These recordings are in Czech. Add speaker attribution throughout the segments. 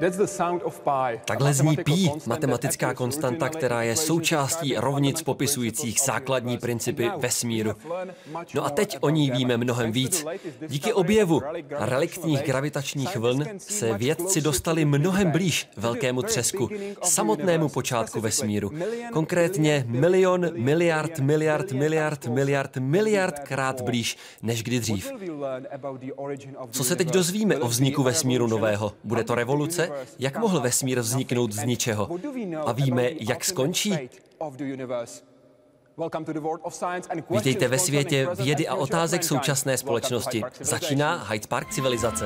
Speaker 1: Takhle zní pi, matematická konstanta, která je součástí rovnic popisujících základní principy vesmíru. No a teď o ní víme mnohem víc. Díky objevu reliktních gravitačních vln se vědci dostali mnohem blíž velkému třesku, samotnému počátku vesmíru. Konkrétně miliardkrát blíž než kdy dřív. Co se teď dozvíme o vzniku vesmíru nového? Bude to revoluce? Jak mohl vesmír vzniknout z ničeho? A víme, jak skončí? Vítejte ve světě vědy a otázek současné společnosti. Začíná Hyde Park civilizace.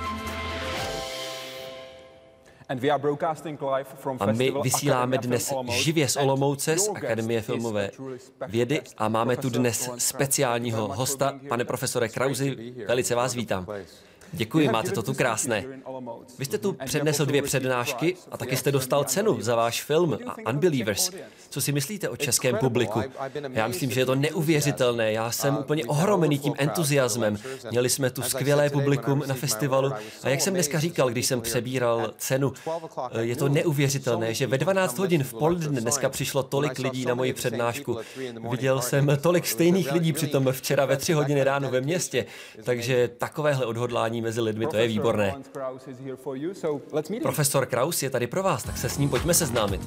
Speaker 1: A my vysíláme dnes živě z Olomouce, z Akademie filmové vědy, a máme tu dnes speciálního hosta, pane profesore Krausi, velice vás vítám. Děkuji, máte to tu krásné. Vy jste tu přednesl 2 přednášky a taky jste dostal cenu za váš film Unbelievers. Co si myslíte o českém publiku? Já myslím, že je to neuvěřitelné. Já jsem úplně ohromený tím entuziasmem. Měli jsme tu skvělé publikum na festivalu a jak jsem dneska říkal, když jsem přebíral cenu, je to neuvěřitelné, že ve 12 hodin v poledne dneska přišlo tolik lidí na moji přednášku. Viděl jsem tolik stejných lidí přitom včera ve 3 hodiny ráno ve městě, takže takovéhle odhodlání mezi lidmi, to je výborné. Profesor Kraus je tady pro vás, tak se s ním pojďme seznámit.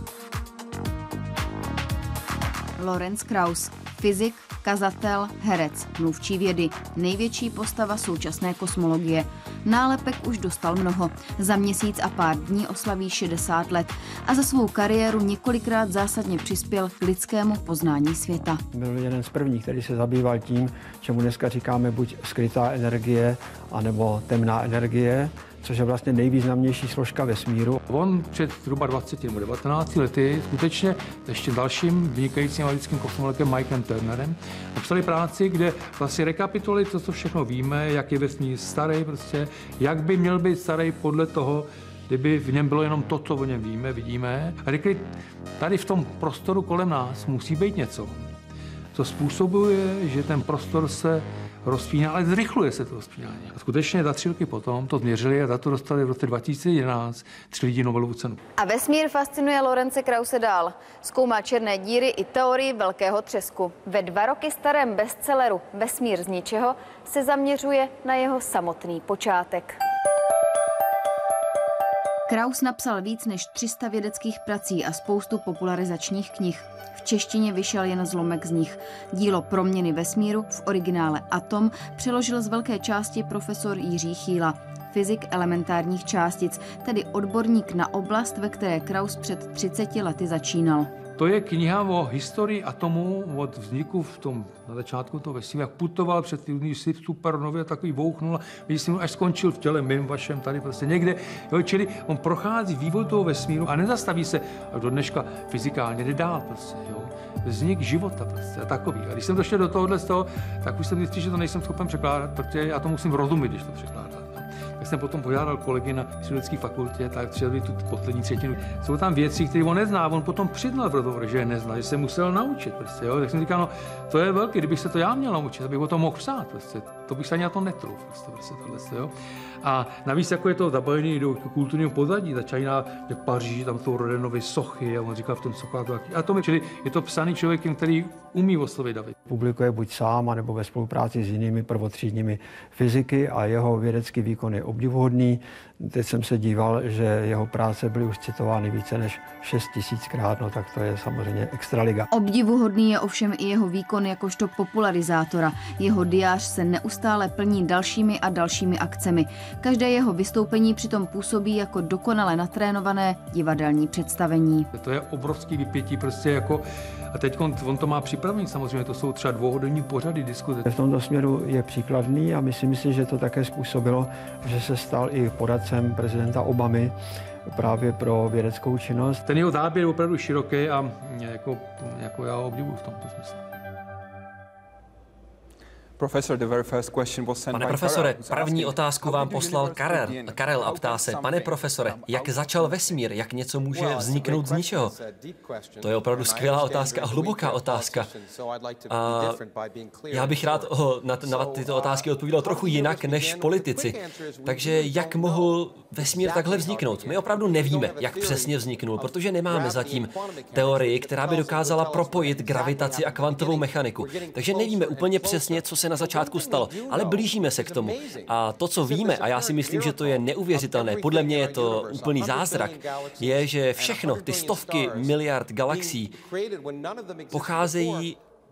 Speaker 2: Lorenz Krauss, fyzik, kazatel, herec, mluvčí vědy, největší postava současné kosmologie. Nálepek už dostal mnoho. Za měsíc a pár dní oslaví 60 let a za svou kariéru několikrát zásadně přispěl k lidskému poznání světa.
Speaker 3: Byl jeden z prvních, který se zabýval tím, čemu dneska říkáme buď skrytá energie, anebo temná energie, což je vlastně nejvýznamnější složka vesmíru.
Speaker 4: On před zhruba 20 nebo 19 lety skutečně ještě dalším vynikajícím americkým kosmologem Mikem Turnerem napsali práci, kde vlastně rekapitulovali to, co všechno víme, jak je vesmír starý, prostě, jak by měl být starý podle toho, kdyby v něm bylo jenom to, co o něm víme, vidíme. A řekli, tady v tom prostoru kolem nás musí být něco, co způsobuje, že ten prostor se rozpíná, ale zrychluje se to rozpínání. A skutečně za 3 roky potom to změřili a za to dostali v roce 2011 3 lidi Nobelovu cenu.
Speaker 2: A vesmír fascinuje Lorence Krause dál. Zkoumá černé díry i teorii velkého třesku. Ve 2 roky starém bestselleru Vesmír z ničeho se zaměřuje na jeho samotný počátek. Krauss napsal víc než 300 vědeckých prací a spoustu popularizačních knih. V češtině vyšel jen zlomek z nich. Dílo Proměny vesmíru, v originále Atom, přeložil z velké části profesor Jiří Chýla. Fyzik elementárních částic, tedy odborník na oblast, ve které Krauss před 30 lety začínal.
Speaker 4: To je kniha o historii atomu od vzniku na začátku toho vesmíru, jak putoval před ty supernově, takový bouchnul, až skončil v těle mým vašem tady prostě někde. Jo, čili on prochází vývoj toho vesmíru a nezastaví se a do dneška fyzikálně jde dál prostě, jo. Vznik života prostě a takový. A když jsem došel do tohohle z toho, tak už jsem zjistil, že to nejsem schopen překládat, protože já to musím rozumět, když to překládám. Tak jsem potom požádal kolegy na Přírodovědecké fakultě, tak přijeli tu poslední 1/3. Jsou tam věci, které on nezná, on potom přiznal v rozhovoru, že je nezná, že se musel naučit. Prostě, jo. Tak jsem říkal, no to je velký, kdybych se to já měl naučit, abych o tom mohl psát. Prostě. To bych se ani na to netrouf. Prostě, jo. A navíc, jako je to zabavený do kulturního pozadí, začíná v Paříži, tam jsou Rodenovi sochy a on říká v tom sochách to taky. A to čili je to psaný člověkem, který umí oslovit davy.
Speaker 3: Publikuje buď sám, nebo ve spolupráci s jinými prvotřídními fyziky a jeho vědecký výkon je obdivuhodný. Teď jsem se díval, že jeho práce byly už citovány více než 6 000krát, no tak to je samozřejmě extraliga.
Speaker 2: Obdivuhodný je ovšem i jeho výkon jakožto popularizátora. Jeho diář se neustále plní dalšími a dalšími akcemi. Každé jeho vystoupení přitom působí jako dokonale natrénované divadelní představení.
Speaker 4: To je obrovský vypětí prostě jako a teď on to má připravený samozřejmě, to jsou třeba 2hodinní pořady diskuze.
Speaker 3: V tomto směru je příkladný a myslím si, že to také způsobilo, že se stal i poradcem prezidenta Obamy právě pro vědeckou činnost.
Speaker 4: Ten jeho záběr je opravdu široký a jako já ho obdivuji v tomto smyslu.
Speaker 1: Pane profesore, první otázku vám poslal Karel a ptá se, pane profesore, jak začal vesmír, jak něco může vzniknout z ničeho? To je opravdu skvělá otázka a hluboká otázka. A já bych rád na tyto otázky odpovídal trochu jinak než politici. Takže jak mohl vesmír takhle vzniknout? My opravdu nevíme, jak přesně vzniknul, protože nemáme zatím teorii, která by dokázala propojit gravitaci a kvantovou mechaniku. Takže nevíme úplně přesně, co se na začátku stalo, ale blížíme se k tomu. A to, co víme, a já si myslím, že to je neuvěřitelné, podle mě je to úplný zázrak, je, že všechno, ty stovky miliard galaxií pocházejí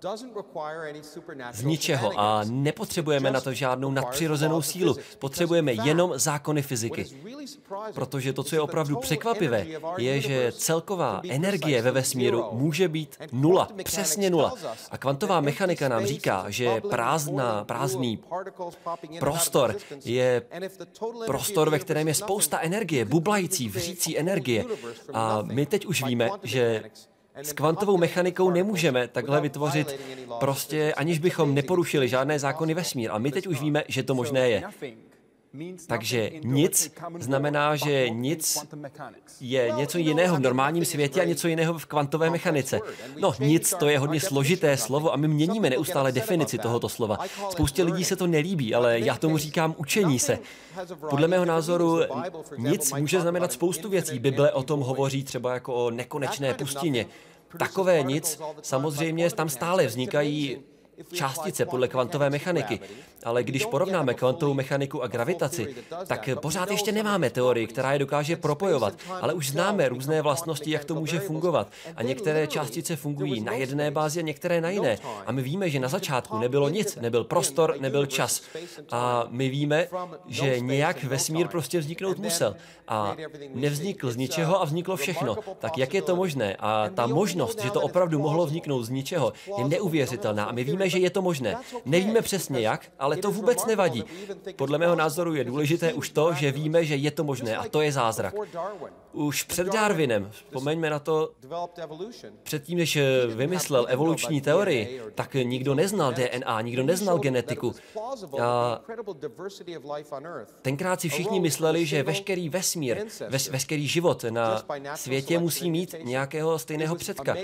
Speaker 1: z ničeho a nepotřebujeme na to žádnou nadpřirozenou sílu. Potřebujeme jenom zákony fyziky. Protože to, co je opravdu překvapivé, je, že celková energie ve vesmíru může být nula, přesně nula. A kvantová mechanika nám říká, že prázdný prostor je prostor, ve kterém je spousta energie, bublající, vřící energie. A my teď už víme, že s kvantovou mechanikou nemůžeme takhle vytvořit prostě, aniž bychom neporušili žádné zákony vesmíru. A my teď už víme, že to možné je. Takže nic znamená, že nic je něco jiného v normálním světě a něco jiného v kvantové mechanice. No nic, to je hodně složité slovo a my měníme neustále definici tohoto slova. Spoustě lidí se to nelíbí, ale já tomu říkám učení se. Podle mého názoru nic může znamenat spoustu věcí. Bible o tom hovoří třeba jako o nekonečné pustině. Takové nic, samozřejmě tam stále vznikají částice podle kvantové mechaniky. Ale když porovnáme kvantovou mechaniku a gravitaci, tak pořád ještě nemáme teorii, která je dokáže propojovat, ale už známe různé vlastnosti, jak to může fungovat. A některé částice fungují na jedné bázi a některé na jiné. A my víme, že na začátku nebylo nic, nebyl prostor, nebyl čas. A my víme, že nějak vesmír prostě vzniknout musel. A nevznikl z ničeho a vzniklo všechno. Tak jak je to možné? A ta možnost, že to opravdu mohlo vzniknout z ničeho, je neuvěřitelná. A my víme, že je to možné. Nevíme přesně jak, ale to vůbec nevadí. Podle mého názoru je důležité už to, že víme, že je to možné a to je zázrak. Už před Darwinem, vzpomeňme na to, předtím, než vymyslel evoluční teorii, tak nikdo neznal DNA, nikdo neznal genetiku. A tenkrát si všichni mysleli, že veškerý vesmír, veškerý život na světě musí mít nějakého stejného předka.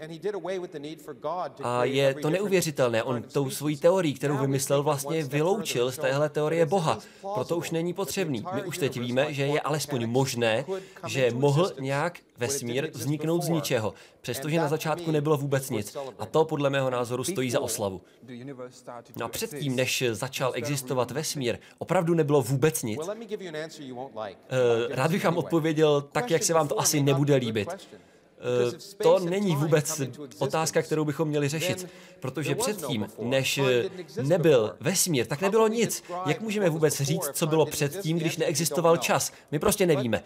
Speaker 1: A je to neuvěřitelné. On tou svojí teorií, kterou vymyslel, vlastně vyloučil z téhle teorie Boha. Proto už není potřebný. My už teď víme, že je alespoň možné, že mohl nějak vesmír vzniknout z ničeho, přestože na začátku nebylo vůbec nic. A to podle mého názoru stojí za oslavu. No a předtím, než začal existovat vesmír, opravdu nebylo vůbec nic. Rád bych vám odpověděl tak, jak se vám to asi nebude líbit. To není vůbec otázka, kterou bychom měli řešit, protože předtím, než nebyl vesmír, tak nebylo nic. Jak můžeme vůbec říct, co bylo předtím, když neexistoval čas? My prostě nevíme.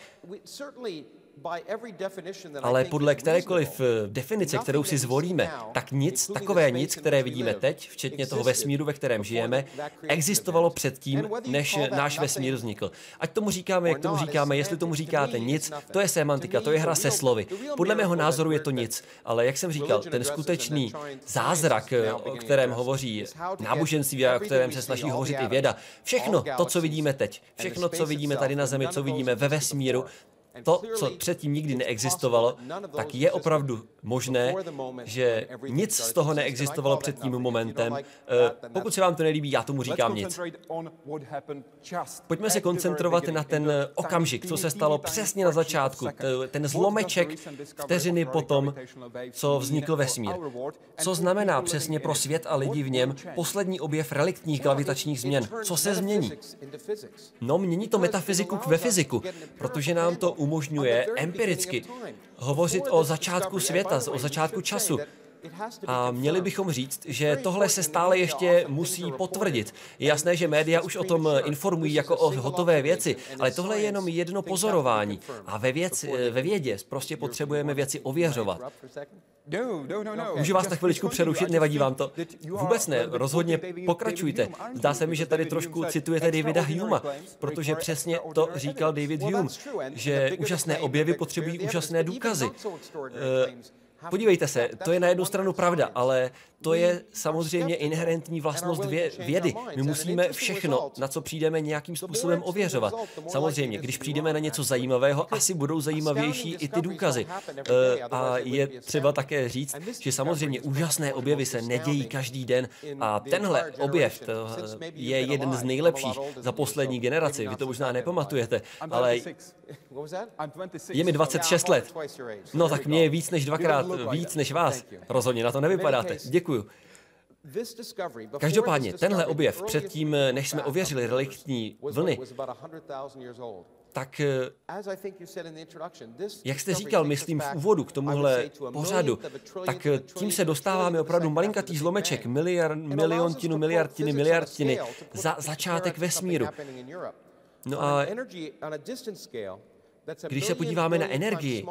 Speaker 1: Ale podle kterékoliv definice, kterou si zvolíme, tak nic, takové nic, které vidíme teď, včetně toho vesmíru, ve kterém žijeme, existovalo předtím, než náš vesmír vznikl. Ať tomu říkáme, jak tomu říkáme, jestli tomu říkáte nic, to je semantika, to je hra se slovy. Podle mého názoru je to nic, ale jak jsem říkal, ten skutečný zázrak, o kterém hovoří náboženství a o kterém se snaží hovořit i věda, všechno to, co vidíme teď, všechno, co vidíme tady na Zemi, co vidíme ve vesmíru, to, co předtím nikdy neexistovalo, tak je opravdu možné, že nic z toho neexistovalo před tím momentem. Pokud se vám to nelíbí, já tomu říkám nic. Pojďme se koncentrovat na ten okamžik, co se stalo přesně na začátku, ten zlomeček vteřiny po tom, co vznikl vesmír. Co znamená přesně pro svět a lidi v něm poslední objev reliktních gravitačních změn? Co se změní? No, mění to metafyziku ve fyziku, protože nám to umožňuje empiricky hovořit o začátku světa, o začátku času. A měli bychom říct, že tohle se stále ještě musí potvrdit. Je jasné, že média už o tom informují jako o hotové věci, ale tohle je jenom jedno pozorování. A ve vědě prostě potřebujeme věci ověřovat. Můžu vás na chviličku přerušit, nevadí vám to? Vůbec ne, rozhodně pokračujte. Zdá se mi, že tady trošku citujete Davida Humea, protože přesně to říkal David Hume, že úžasné objevy potřebují úžasné důkazy. Podívejte se, to je na jednu stranu pravda, ale to je samozřejmě inherentní vlastnost vědy. My musíme všechno, na co přijdeme, nějakým způsobem ověřovat. Samozřejmě, když přijdeme na něco zajímavého, asi budou zajímavější i ty důkazy. A je třeba také říct, že samozřejmě úžasné objevy se nedějí každý den a tenhle objev je jeden z nejlepších za poslední generaci. Vy to možná nepamatujete, ale je mi 26 let. No tak mě je víc než dvakrát víc než vás. Rozhodně na to nevypadáte. Děkuju. Každopádně, tenhle objev předtím, než jsme ověřili reliktní vlny, tak, jak jste říkal, myslím v úvodu k tomuhle pořadu, tak tím se dostáváme opravdu malinkatý zlomeček, miliontinu, miliardtiny za začátek vesmíru. No a když se podíváme na energii,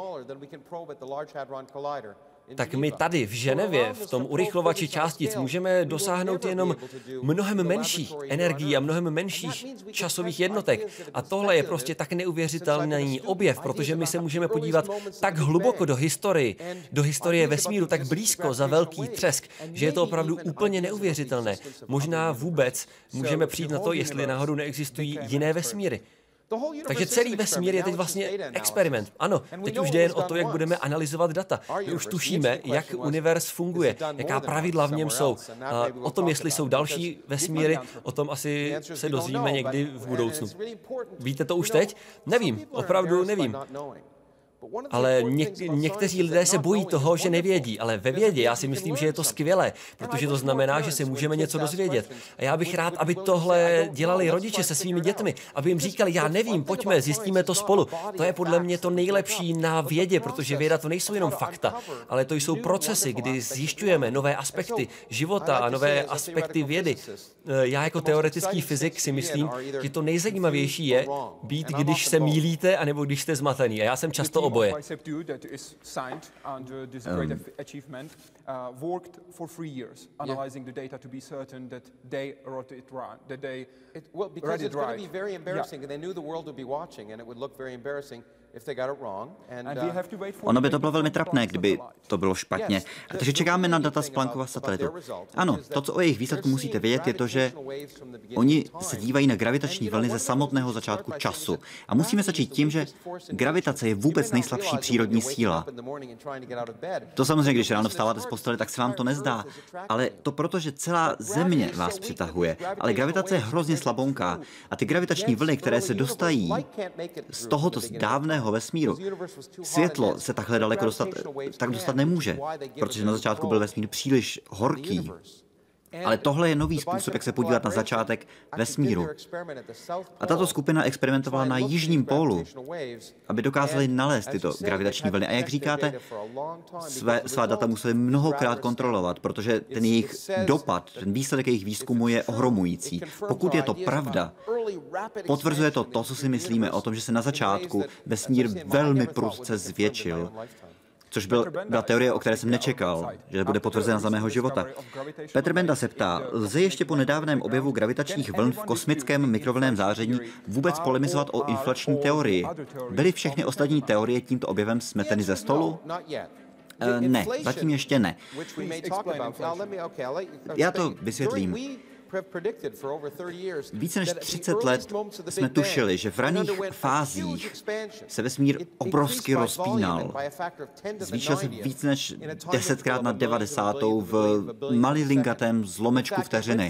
Speaker 1: tak my tady v Ženevě, v tom urychlovači částic, můžeme dosáhnout jenom mnohem menších energií a mnohem menších časových jednotek. A tohle je prostě tak neuvěřitelný objev, protože my se můžeme podívat tak hluboko do historie vesmíru, tak blízko za velký třesk, že je to opravdu úplně neuvěřitelné. Možná vůbec můžeme přijít na to, jestli náhodou neexistují jiné vesmíry. Takže celý vesmír je teď vlastně experiment. Ano, teď už jde jen o to, jak budeme analyzovat data. My už tušíme, jak univerz funguje, jaká pravidla v něm jsou. A o tom, jestli jsou další vesmíry, o tom asi se dozvíme někdy v budoucnu. Víte to už teď? Nevím, opravdu nevím. Ale někteří lidé se bojí toho, že nevědí, ale ve vědě já si myslím, že je to skvělé, protože to znamená, že se můžeme něco dozvědět. A já bych rád, aby tohle dělali rodiče se svými dětmi, aby jim říkali, já nevím, pojďme, zjistíme to spolu. To je podle mě to nejlepší na vědě, protože věda to nejsou jenom fakta, ale to jsou procesy, kdy zjišťujeme nové aspekty života a nové aspekty vědy. Já jako teoretický fyzik si myslím, že to nejzajímavější je být, když se mýlíte, anebo když jste zmatený. A já jsem často oboje.
Speaker 5: Ono by to bylo velmi trapné, kdyby to bylo špatně. Takže čekáme na data z Planckova satelitu. Ano, to, co o jejich výsledku musíte vědět, je to, že oni se dívají na gravitační vlny ze samotného začátku času. A musíme začít tím, že gravitace je vůbec nejslabší přírodní síla. To samozřejmě, když ráno vstáváte z postele, tak se vám to nezdá. Ale to proto, že celá Země vás přitahuje. Ale gravitace je hrozně slabonká. A ty gravitační vlny, které se dostají z tohoto dávného vesmíru, světlo se takhle daleko dostat nemůže, protože na začátku byl vesmír příliš horký. Ale tohle je nový způsob, jak se podívat na začátek vesmíru. A tato skupina experimentovala na jižním pólu, aby dokázali nalézt tyto gravitační vlny. A jak říkáte, svá data museli mnohokrát kontrolovat, protože ten jejich dopad, ten výsledek jejich výzkumu je ohromující. Pokud je to pravda, potvrzuje to to, co si myslíme o tom, že se na začátku vesmír velmi prudce zvětšil. Což byla teorie, o které jsem nečekal, že bude potvrzena za mého života. Petr Benda se ptá, lze ještě po nedávném objevu gravitačních vln v kosmickém mikrovlnném záření vůbec polemizovat o inflační teorii? Byly všechny ostatní teorie tímto objevem smeteny ze stolu? Ne, zatím ještě ne. Já to vysvětlím. Více než 30 let jsme tušili, že v raných fázích se vesmír obrovsky rozpínal. Zvýšil se víc než 10krát na 90. v malilingatém zlomečku vteřiny.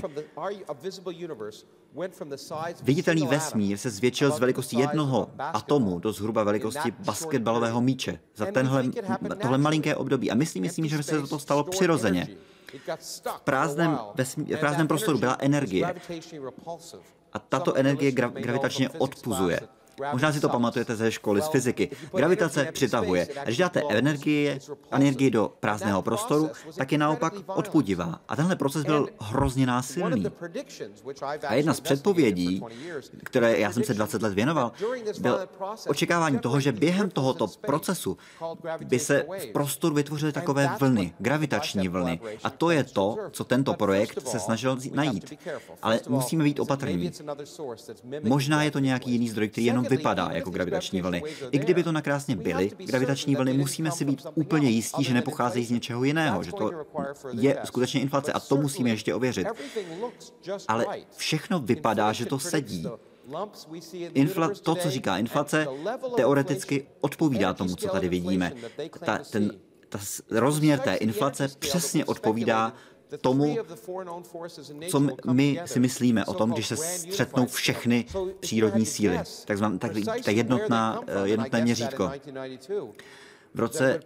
Speaker 5: Viditelný vesmír se zvětšil z velikosti jednoho atomu do zhruba velikosti basketbalového míče za tohle malinké období. A myslím, že se to stalo přirozeně. V prázdném prostoru byla energie a tato energie gravitačně odpuzuje. Možná si to pamatujete ze školy z fyziky. Gravitace přitahuje. A když dáte energii do prázdného prostoru, tak je naopak odpudivá. A tenhle proces byl hrozně násilný. A jedna z předpovědí, které já jsem se 20 let věnoval, byl očekávání toho, že během tohoto procesu by se v prostoru vytvořily takové vlny, gravitační vlny. A to je to, co tento projekt se snažil najít. Ale musíme být opatrní. Možná je to nějaký jiný zdroj, který jenom jenom vypadá jako gravitační vlny. I kdyby to nakrásně byly gravitační vlny, musíme si být úplně jistí, že nepocházejí z něčeho jiného, že to je skutečně inflace a to musíme ještě ověřit. Ale všechno vypadá, že to sedí. To, co říká inflace, teoreticky odpovídá tomu, co tady vidíme. Rozměr té inflace přesně odpovídá tomu, co my si myslíme o tom, když se střetnou všechny přírodní síly. Tak jednotné měřítko. V roce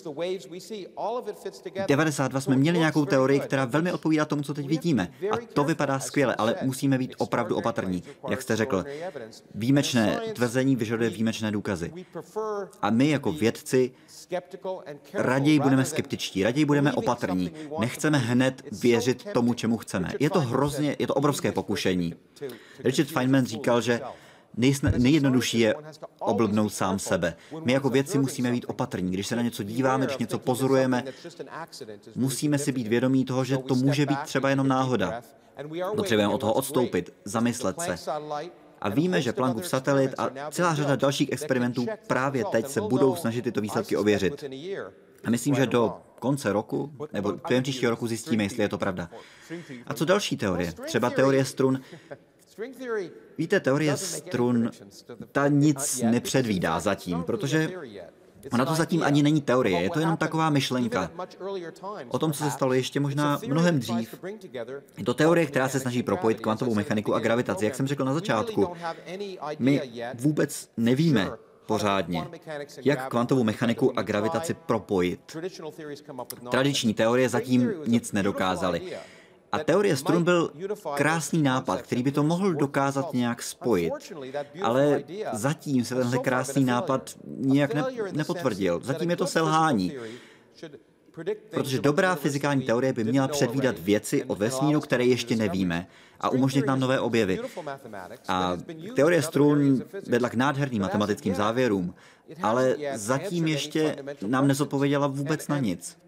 Speaker 5: 1992 jsme měli nějakou teorii, která velmi odpovídá tomu, co teď vidíme. A to vypadá skvěle, ale musíme být opravdu opatrní. Jak jste řekl, výjimečné tvrzení vyžaduje výjimečné důkazy. A my jako vědci raději budeme skeptičtí, raději budeme opatrní. Nechceme hned věřit tomu, čemu chceme. Je to obrovské pokušení. Richard Feynman říkal, že nejjednodušší je oblbnout sám sebe. My jako vědci musíme být opatrní. Když se na něco díváme, když něco pozorujeme, musíme si být vědomí toho, že to může být třeba jenom náhoda. Potřebujeme od toho odstoupit, zamyslet se. A víme, že Planckův satelit a celá řada dalších experimentů právě teď se budou snažit tyto výsledky ověřit. A myslím, že do konce roku, nebo během příštího roku zjistíme, jestli je to pravda. A co další teorie? Třeba teorie strun. Víte, teorie strun, ta nic nepředvídá zatím, protože ona to zatím ani není teorie, je to jenom taková myšlenka o tom, co se stalo ještě možná mnohem dřív. Je to teorie, která se snaží propojit kvantovou mechaniku a gravitaci. Jak jsem řekl na začátku, my vůbec nevíme pořádně, jak kvantovou mechaniku a gravitaci propojit. Tradiční teorie zatím nic nedokázaly. A teorie strun byl krásný nápad, který by to mohl dokázat nějak spojit. Ale zatím se tenhle krásný nápad nijak nepotvrdil. Zatím je to selhání. Protože dobrá fyzikální teorie by měla předvídat věci o vesmíru, které ještě nevíme, a umožnit nám nové objevy. A teorie strun vedla k nádherným matematickým závěrům, ale zatím ještě nám nezodpověděla vůbec na nic.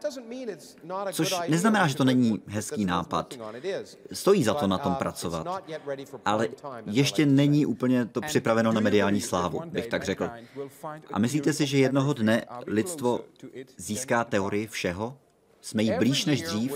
Speaker 5: Což neznamená, že to není hezký nápad. Stojí za to na tom pracovat. Ale ještě není úplně to připraveno na mediální slávu, bych tak řekl. A myslíte si, že jednoho dne lidstvo získá teorii všeho? Jsme jí blíž než dřív.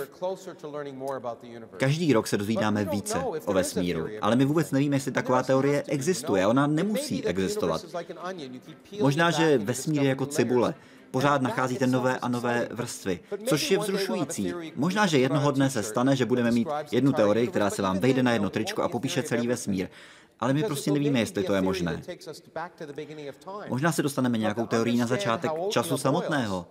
Speaker 5: Každý rok se dozvídáme více o vesmíru, ale my vůbec nevíme, jestli taková teorie existuje. Ona nemusí existovat. Možná, že vesmír je jako cibule. Pořád nacházíte nové a nové vrstvy, což je vzrušující. Možná, že jednoho dne se stane, že budeme mít jednu teorii, která se vám vejde na jedno tričko a popíše celý vesmír. Ale my prostě nevíme, jestli to je možné. Možná se dostaneme nějakou teorií na začátek času samotného.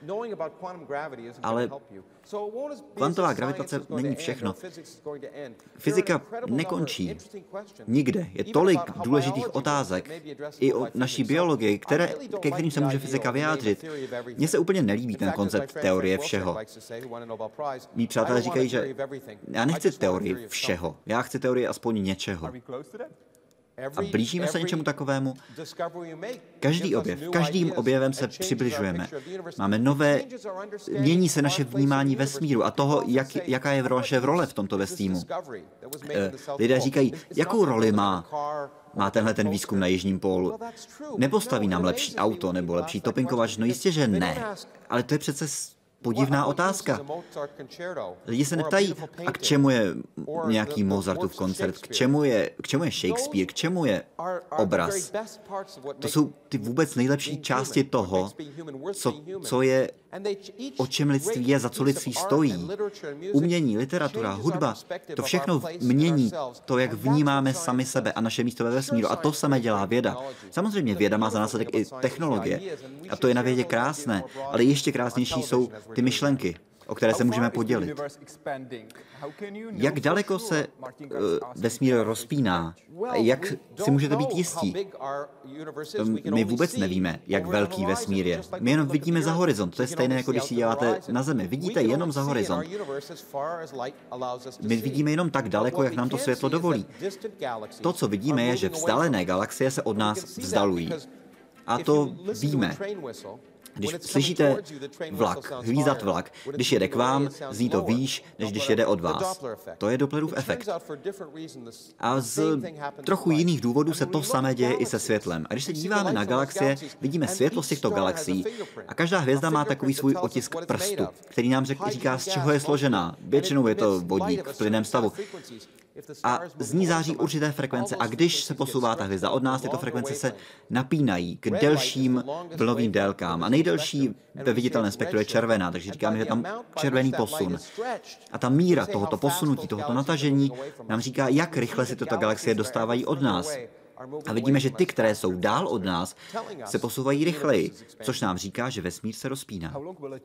Speaker 5: Ale kvantová gravitace není všechno. Fyzika nekončí. Nikde. Je tolik důležitých otázek i o naší biologii, ke kterým se může fyzika vyjádřit. Mně se úplně nelíbí ten koncept teorie všeho. Mí přátelé říkají, že já nechci teorii všeho. Já chci teorii aspoň něčeho. A blížíme se něčemu takovému? Každým objevem se přibližujeme. Máme mění se naše vnímání vesmíru a toho, jaká je naše role v tomto vesmíru. Lidé říkají, jakou roli má ten výzkum na Jižním pólu. Nepostaví nám lepší auto nebo lepší topinkovač? No jistě, že ne. Ale to je přece podivná otázka. Lidi se neptají, a k čemu je nějaký Mozartův koncert, k čemu je Shakespeare, k čemu je obraz. To jsou ty vůbec nejlepší části toho, o čem lidství je, za co lidství stojí. Umění, literatura, hudba, to všechno mění to, jak vnímáme sami sebe a naše místo ve vesmíru. A to samé dělá věda. Samozřejmě věda má za následek i technologie. A to je na vědě krásné, ale ještě krásnější jsou ty myšlenky, o které se můžeme podělit. Jak daleko se vesmír rozpíná? Jak si můžete být jistí? My vůbec nevíme, jak velký vesmír je. My jenom vidíme za horizont. To je stejné, jako když si děláte na Zemi. Vidíte jenom za horizont. My vidíme jenom tak daleko, jak nám to světlo dovolí. To, co vidíme, je, že vzdálené galaxie se od nás vzdalují. A to víme. Když slyšíte vlak, hvízdat vlak, když jede k vám, zní to výš, než když jede od vás. To je Dopplerův efekt. A z trochu jiných důvodů se to samé děje i se světlem. A když se díváme na galaxie, vidíme světlo z těchto galaxií a každá hvězda má takový svůj otisk prstu, který nám říká, z čeho je složená. Většinou je to vodík v plynném stavu. A z ní září určité frekvence a když se posouvá ta hvězda od nás, tyto frekvence se napínají k delším vlnovým délkám. A nejdelší ve viditelném spektru je červená, takže říkáme, že je tam červený posun. A ta míra tohoto posunutí, tohoto natažení nám říká, jak rychle si tyto galaxie dostávají od nás. A vidíme, že ty, které jsou dál od nás, se posouvají rychleji, což nám říká, že vesmír se rozpíná.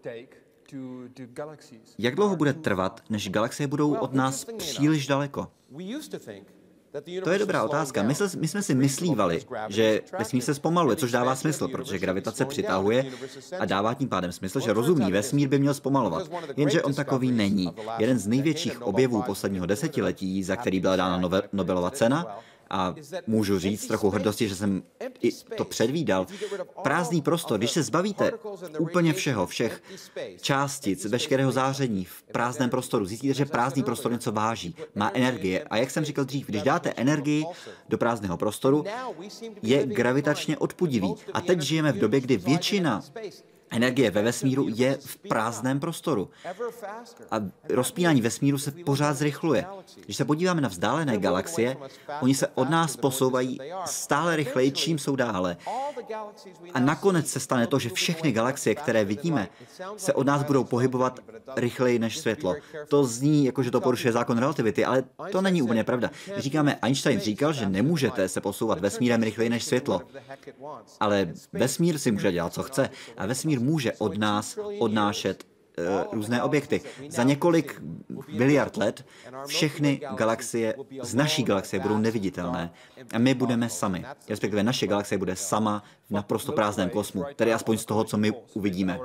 Speaker 5: Jak dlouho bude trvat, než galaxie budou od nás příliš daleko? To je dobrá otázka. My jsme si myslívali, že vesmír se zpomaluje, což dává smysl, protože gravitace přitahuje a dává tím pádem smysl, že rozumný vesmír by měl zpomalovat. Jenže on takový není. Jeden z největších objevů posledního desetiletí, za který byla dána Nobelova cena, a můžu říct trochu hrdosti, že jsem i to předvídal. Prázdný prostor, když se zbavíte úplně všech částic, veškerého záření v prázdném prostoru, zjistíte, že prázdný prostor něco váží, má energie. A jak jsem říkal dřív, když dáte energii do prázdného prostoru, je gravitačně odpudivý. A teď žijeme v době, kdy většina energie ve vesmíru je v prázdném prostoru. A rozpínání vesmíru se pořád zrychluje. Když se podíváme na vzdálené galaxie, oni se od nás posouvají stále rychleji, čím jsou dále. A nakonec se stane to, že všechny galaxie, které vidíme, se od nás budou pohybovat rychleji než světlo. To zní jako, že to porušuje zákon relativity, ale to není úplně pravda. Říkáme, Einstein říkal, že nemůžete se posouvat vesmírem rychleji než světlo. Ale vesmír si může dělat, co chce. A vesmír může od nás odnášet různé objekty. Za několik miliard let všechny galaxie z naší galaxie budou neviditelné. A my budeme sami. Respektive naše galaxie bude sama v naprosto prázdném kosmu. Tedy aspoň z toho, co my uvidíme.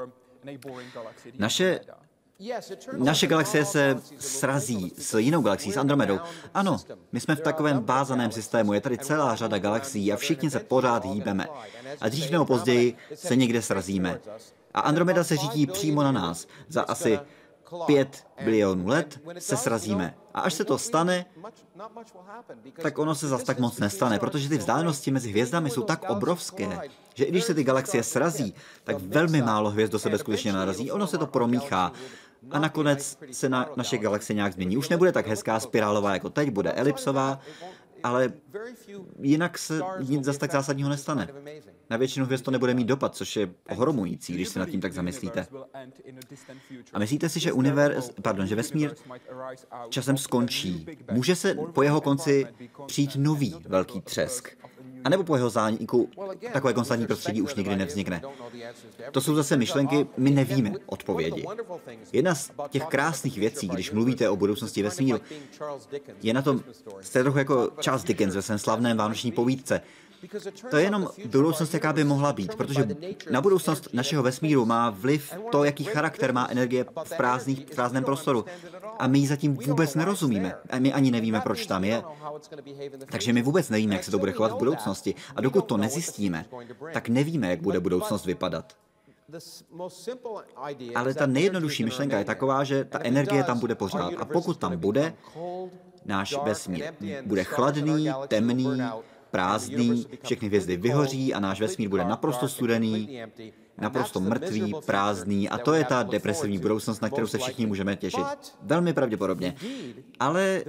Speaker 5: Naše galaxie se srazí s jinou galaxií, s Andromedou. Ano, my jsme v takovém vázaném systému, je tady celá řada galaxií a všichni se pořád hýbeme. A dřív nebo později se někde srazíme. A Andromeda se řídí přímo na nás. Za asi 5 bilionů let se srazíme. A až se to stane, tak ono se zas tak moc nestane, protože ty vzdálenosti mezi hvězdami jsou tak obrovské, že i když se ty galaxie srazí, tak velmi málo hvězd do sebe skutečně narazí, ono se to promíchá. A nakonec se naše galaxie nějak změní. Už nebude tak hezká spirálová jako teď, bude elipsová, ale jinak se nic zas tak zásadního nestane. Na většinu hvězd to nebude mít dopad, což je ohromující, když se nad tím tak zamyslíte. A myslíte si, že že vesmír časem skončí? Může se po jeho konci přijít nový velký třesk? A nebo po jeho zániku takové konstantní prostředí už nikdy nevznikne? To jsou zase myšlenky, my nevíme odpovědi. Jedna z těch krásných věcí, když mluvíte o budoucnosti vesmíru, je na tom, jste trochu jako Charles Dickens ve svém slavném vánoční povídce. To je jenom budoucnost, jaká by mohla být, protože na budoucnost našeho vesmíru má vliv to, jaký charakter má energie v prázdném prostoru. A my ji zatím vůbec nerozumíme. A my ani nevíme, proč tam je. Takže my vůbec nevíme, jak se to bude chovat v budoucnosti. A dokud to nezjistíme, tak nevíme, jak bude budoucnost vypadat. Ale ta nejjednodušší myšlenka je taková, že ta energie tam bude pořád. A pokud tam bude, náš vesmír bude chladný, temný, prázdný, všechny hvězdy vyhoří a náš vesmír bude naprosto studený, naprosto mrtvý, prázdný a to je ta depresivní budoucnost, na kterou se všichni můžeme těšit. Velmi pravděpodobně. Ale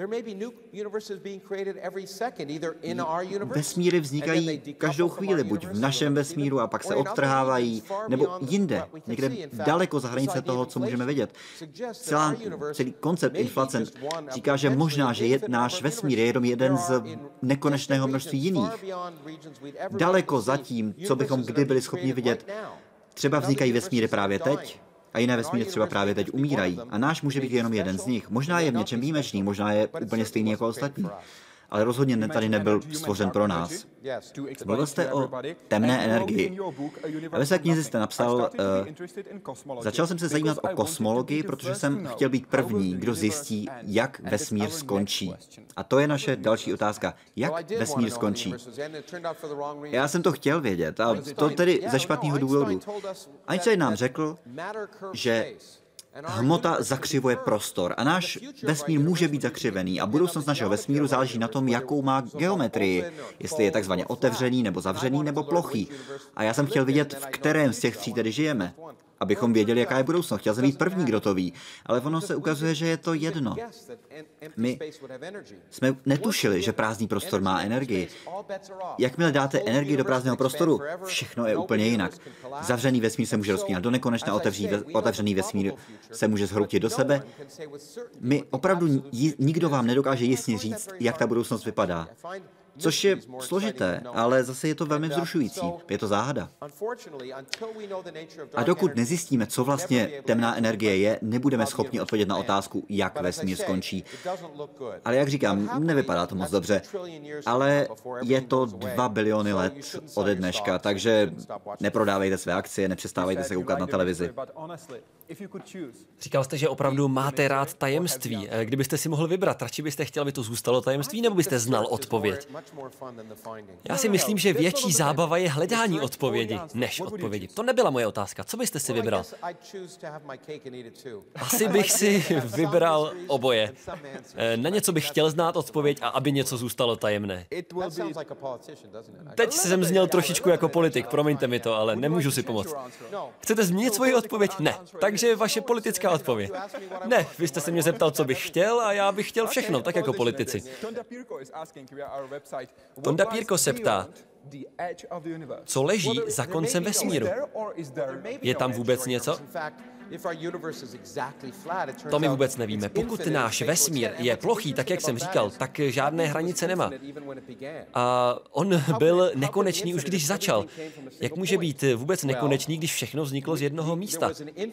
Speaker 5: vesmíry vznikají každou chvíli, buď v našem vesmíru a pak se odtrhávají, nebo jinde, někde daleko za hranice toho, co můžeme vidět. Celý koncept inflace říká, že možná, že náš vesmír je jenom jeden z nekonečného množství jiných. Daleko za tím, co bychom kdy byli schopni vidět. Třeba vznikají vesmíry právě teď a jiné vesmíry třeba právě teď umírají. A náš může být jenom jeden z nich. Možná je v něčem výjimečný, možná je úplně stejný jako ostatní. ale rozhodně tady nebyl stvořen pro nás. Mluvil jste o temné energii. A ve své knize jste napsal, začal jsem se zajímat o kosmologii, protože jsem chtěl být první, kdo zjistí, jak vesmír skončí. A to je naše další otázka. Jak vesmír skončí? Já jsem to chtěl vědět, a to tedy ze špatného důvodu. Einstein nám řekl, že hmota zakřivuje prostor a náš vesmír může být zakřivený a budoucnost našeho vesmíru záleží na tom, jakou má geometrii, jestli je takzvaně otevřený nebo zavřený nebo plochý. A já jsem chtěl vidět, v kterém z těch tří tedy žijeme, abychom věděli, jaká je budoucnost. Chtěl jsem být první, kdo to ví, ale ono se ukazuje, že je to jedno. My jsme netušili, že prázdný prostor má energii. Jakmile dáte energii do prázdného prostoru, všechno je úplně jinak. Zavřený vesmír se může rozpínat do nekonečna, otevřený vesmír se může zhroutit do sebe. My opravdu nikdo vám nedokáže jistě říct, jak ta budoucnost vypadá. Což je složité, ale zase je to velmi vzrušující. Je to záhada. A dokud nezjistíme, co vlastně temná energie je, nebudeme schopni odpovědět na otázku, jak vesmír skončí. Ale jak říkám, nevypadá to moc dobře. Ale je to 2 biliony let ode dneška, takže neprodávejte své akcie, nepřestávejte se koukat na televizi.
Speaker 1: Říkal jste, že opravdu máte rád tajemství. Kdybyste si mohl vybrat, radši byste chtěl, aby to zůstalo tajemství, nebo byste znal odpověď? Já si myslím, že větší zábava je hledání odpovědi, než odpovědi. To nebyla moje otázka. Co byste si vybral? Asi bych si vybral oboje. Na něco bych chtěl znát odpověď a aby něco zůstalo tajemné. Teď jsem zněl trošičku jako politik, promiňte mi to, ale nemůžu si pomoct. Chcete změnit svoji odpověď? Ne. Takže vaše politická odpověď. Ne, vy jste se mě zeptal, co bych chtěl a já bych chtěl všechno, tak jako politici. Tonda Pírko se ptá, co leží za koncem vesmíru? Je tam vůbec něco? To my vůbec nevíme. Pokud náš vesmír je plochý, tak jak jsem říkal, tak žádné hranice nemá. A on byl nekonečný už když začal. Jak může být vůbec nekonečný, když všechno vzniklo z jednoho místa?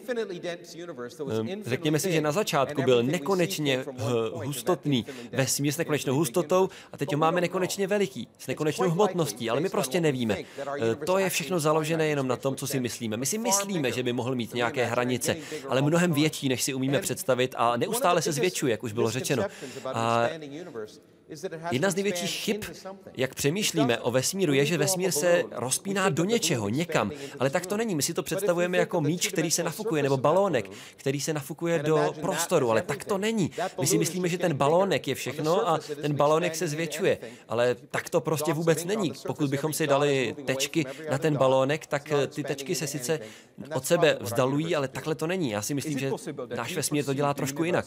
Speaker 1: Řekněme si, že na začátku byl nekonečně hustotný vesmír s nekonečnou hustotou a teď ho máme nekonečně veliký, s nekonečnou hmotností, ale my prostě nevíme. To je všechno založené jenom na tom, co si myslíme. My si myslíme, že by mohl mít nějaké hranice, ale mnohem větší, než si umíme představit a neustále se zvětšuje, jak už bylo řečeno. A jedna z největších chyb, jak přemýšlíme o vesmíru, je, že vesmír se rozpíná do něčeho, někam. Ale tak to není. My si to představujeme jako míč, který se nafukuje, nebo balónek, který se nafukuje do prostoru, ale tak to není. My si myslíme, že ten balónek je všechno a ten balónek se zvětšuje. Ale tak to prostě vůbec není. Pokud bychom si dali tečky na ten balónek, tak ty tečky se sice od sebe vzdalují, ale takhle to není. Já si myslím, že náš vesmír to dělá trošku jinak.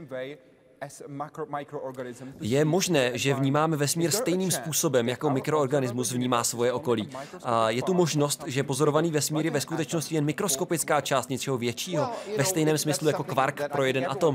Speaker 1: Je možné, že vnímáme vesmír stejným způsobem, jako mikroorganismus vnímá svoje okolí. A je tu možnost, že pozorovaný vesmír je ve skutečnosti jen mikroskopická část něčeho většího, ve stejném smyslu jako kvark pro jeden atom.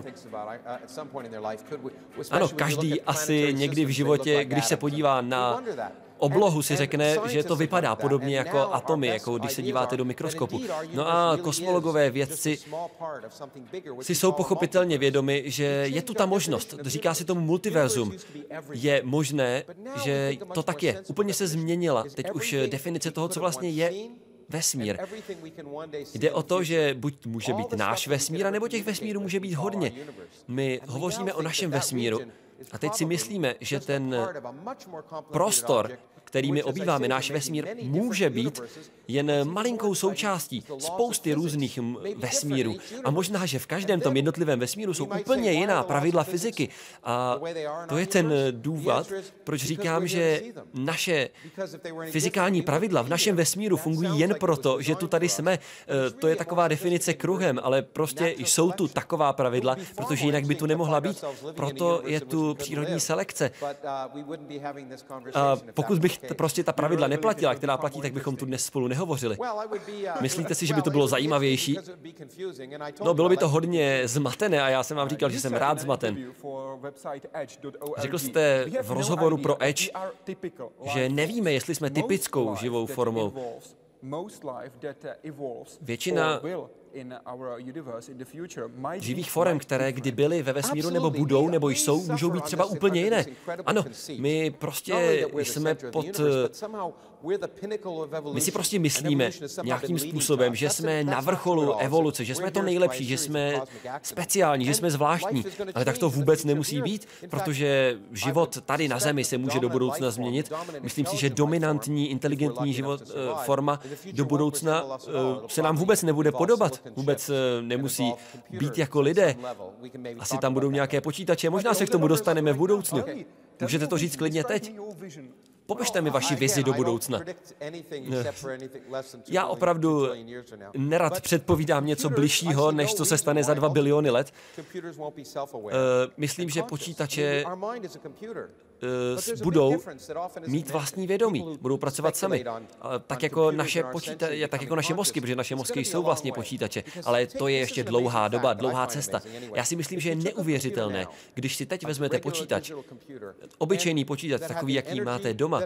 Speaker 1: Ano, každý asi někdy v životě, když se podívá na oblohu, si řekne, že to vypadá podobně jako atomy, jako když se díváte do mikroskopu. No a kosmologové vědci si jsou pochopitelně vědomi, že je tu ta možnost. Říká se tomu multiverzum. Je možné, že to tak je. Úplně se změnila teď už definice toho, co vlastně je vesmír. Jde o to, že buď může být náš vesmír, nebo těch vesmírů může být hodně. My hovoříme o našem vesmíru. A teď si myslíme, že ten prostor, který my obýváme, náš vesmír, může být jen malinkou součástí spousty různých vesmírů. A možná, že v každém tom jednotlivém vesmíru jsou úplně jiná pravidla fyziky. A to je ten důvod, proč říkám, že naše fyzikální pravidla v našem vesmíru fungují jen proto, že tu tady jsme. To je taková definice kruhem, ale prostě jsou tu taková pravidla, protože jinak by tu nemohla být. Proto je tu přírodní selekce. A pokud bych prostě ta pravidla neplatila, která platí, tak bychom tu dnes spolu nehovořili. Myslíte si, že by to bylo zajímavější? No, bylo by to hodně zmatené a já jsem vám říkal, že jsem rád zmaten. Řekl jste v rozhovoru pro Edge, že nevíme, jestli jsme typickou živou formou. Většina živých forem, které kdy byly ve vesmíru nebo budou nebo jsou, můžou být třeba úplně jiné. Ano, my prostě jsme my si prostě myslíme nějakým způsobem, že jsme na vrcholu evoluce, že jsme to nejlepší, že jsme speciální, že jsme zvláštní, ale tak to vůbec nemusí být, protože život tady na Zemi se může do budoucna změnit. Myslím si, že dominantní, inteligentní forma do budoucna se nám vůbec nebude podobat, vůbec nemusí být jako lidé. Asi tam budou nějaké počítače, možná se k tomu dostaneme v budoucnu. Můžete to říct klidně teď? Popište mi vaši vizi do budoucna. Já opravdu nerad předpovídám něco bližšího, než co se stane za 2 biliony let. Myslím, že počítače budou mít vlastní vědomí, budou pracovat sami. Tak jako naše mozky, protože naše mozky jsou vlastně počítače, ale to je ještě dlouhá doba, dlouhá cesta. Já si myslím, že je neuvěřitelné, když si teď vezmete počítač, obyčejný počítač, takový, jaký máte doma,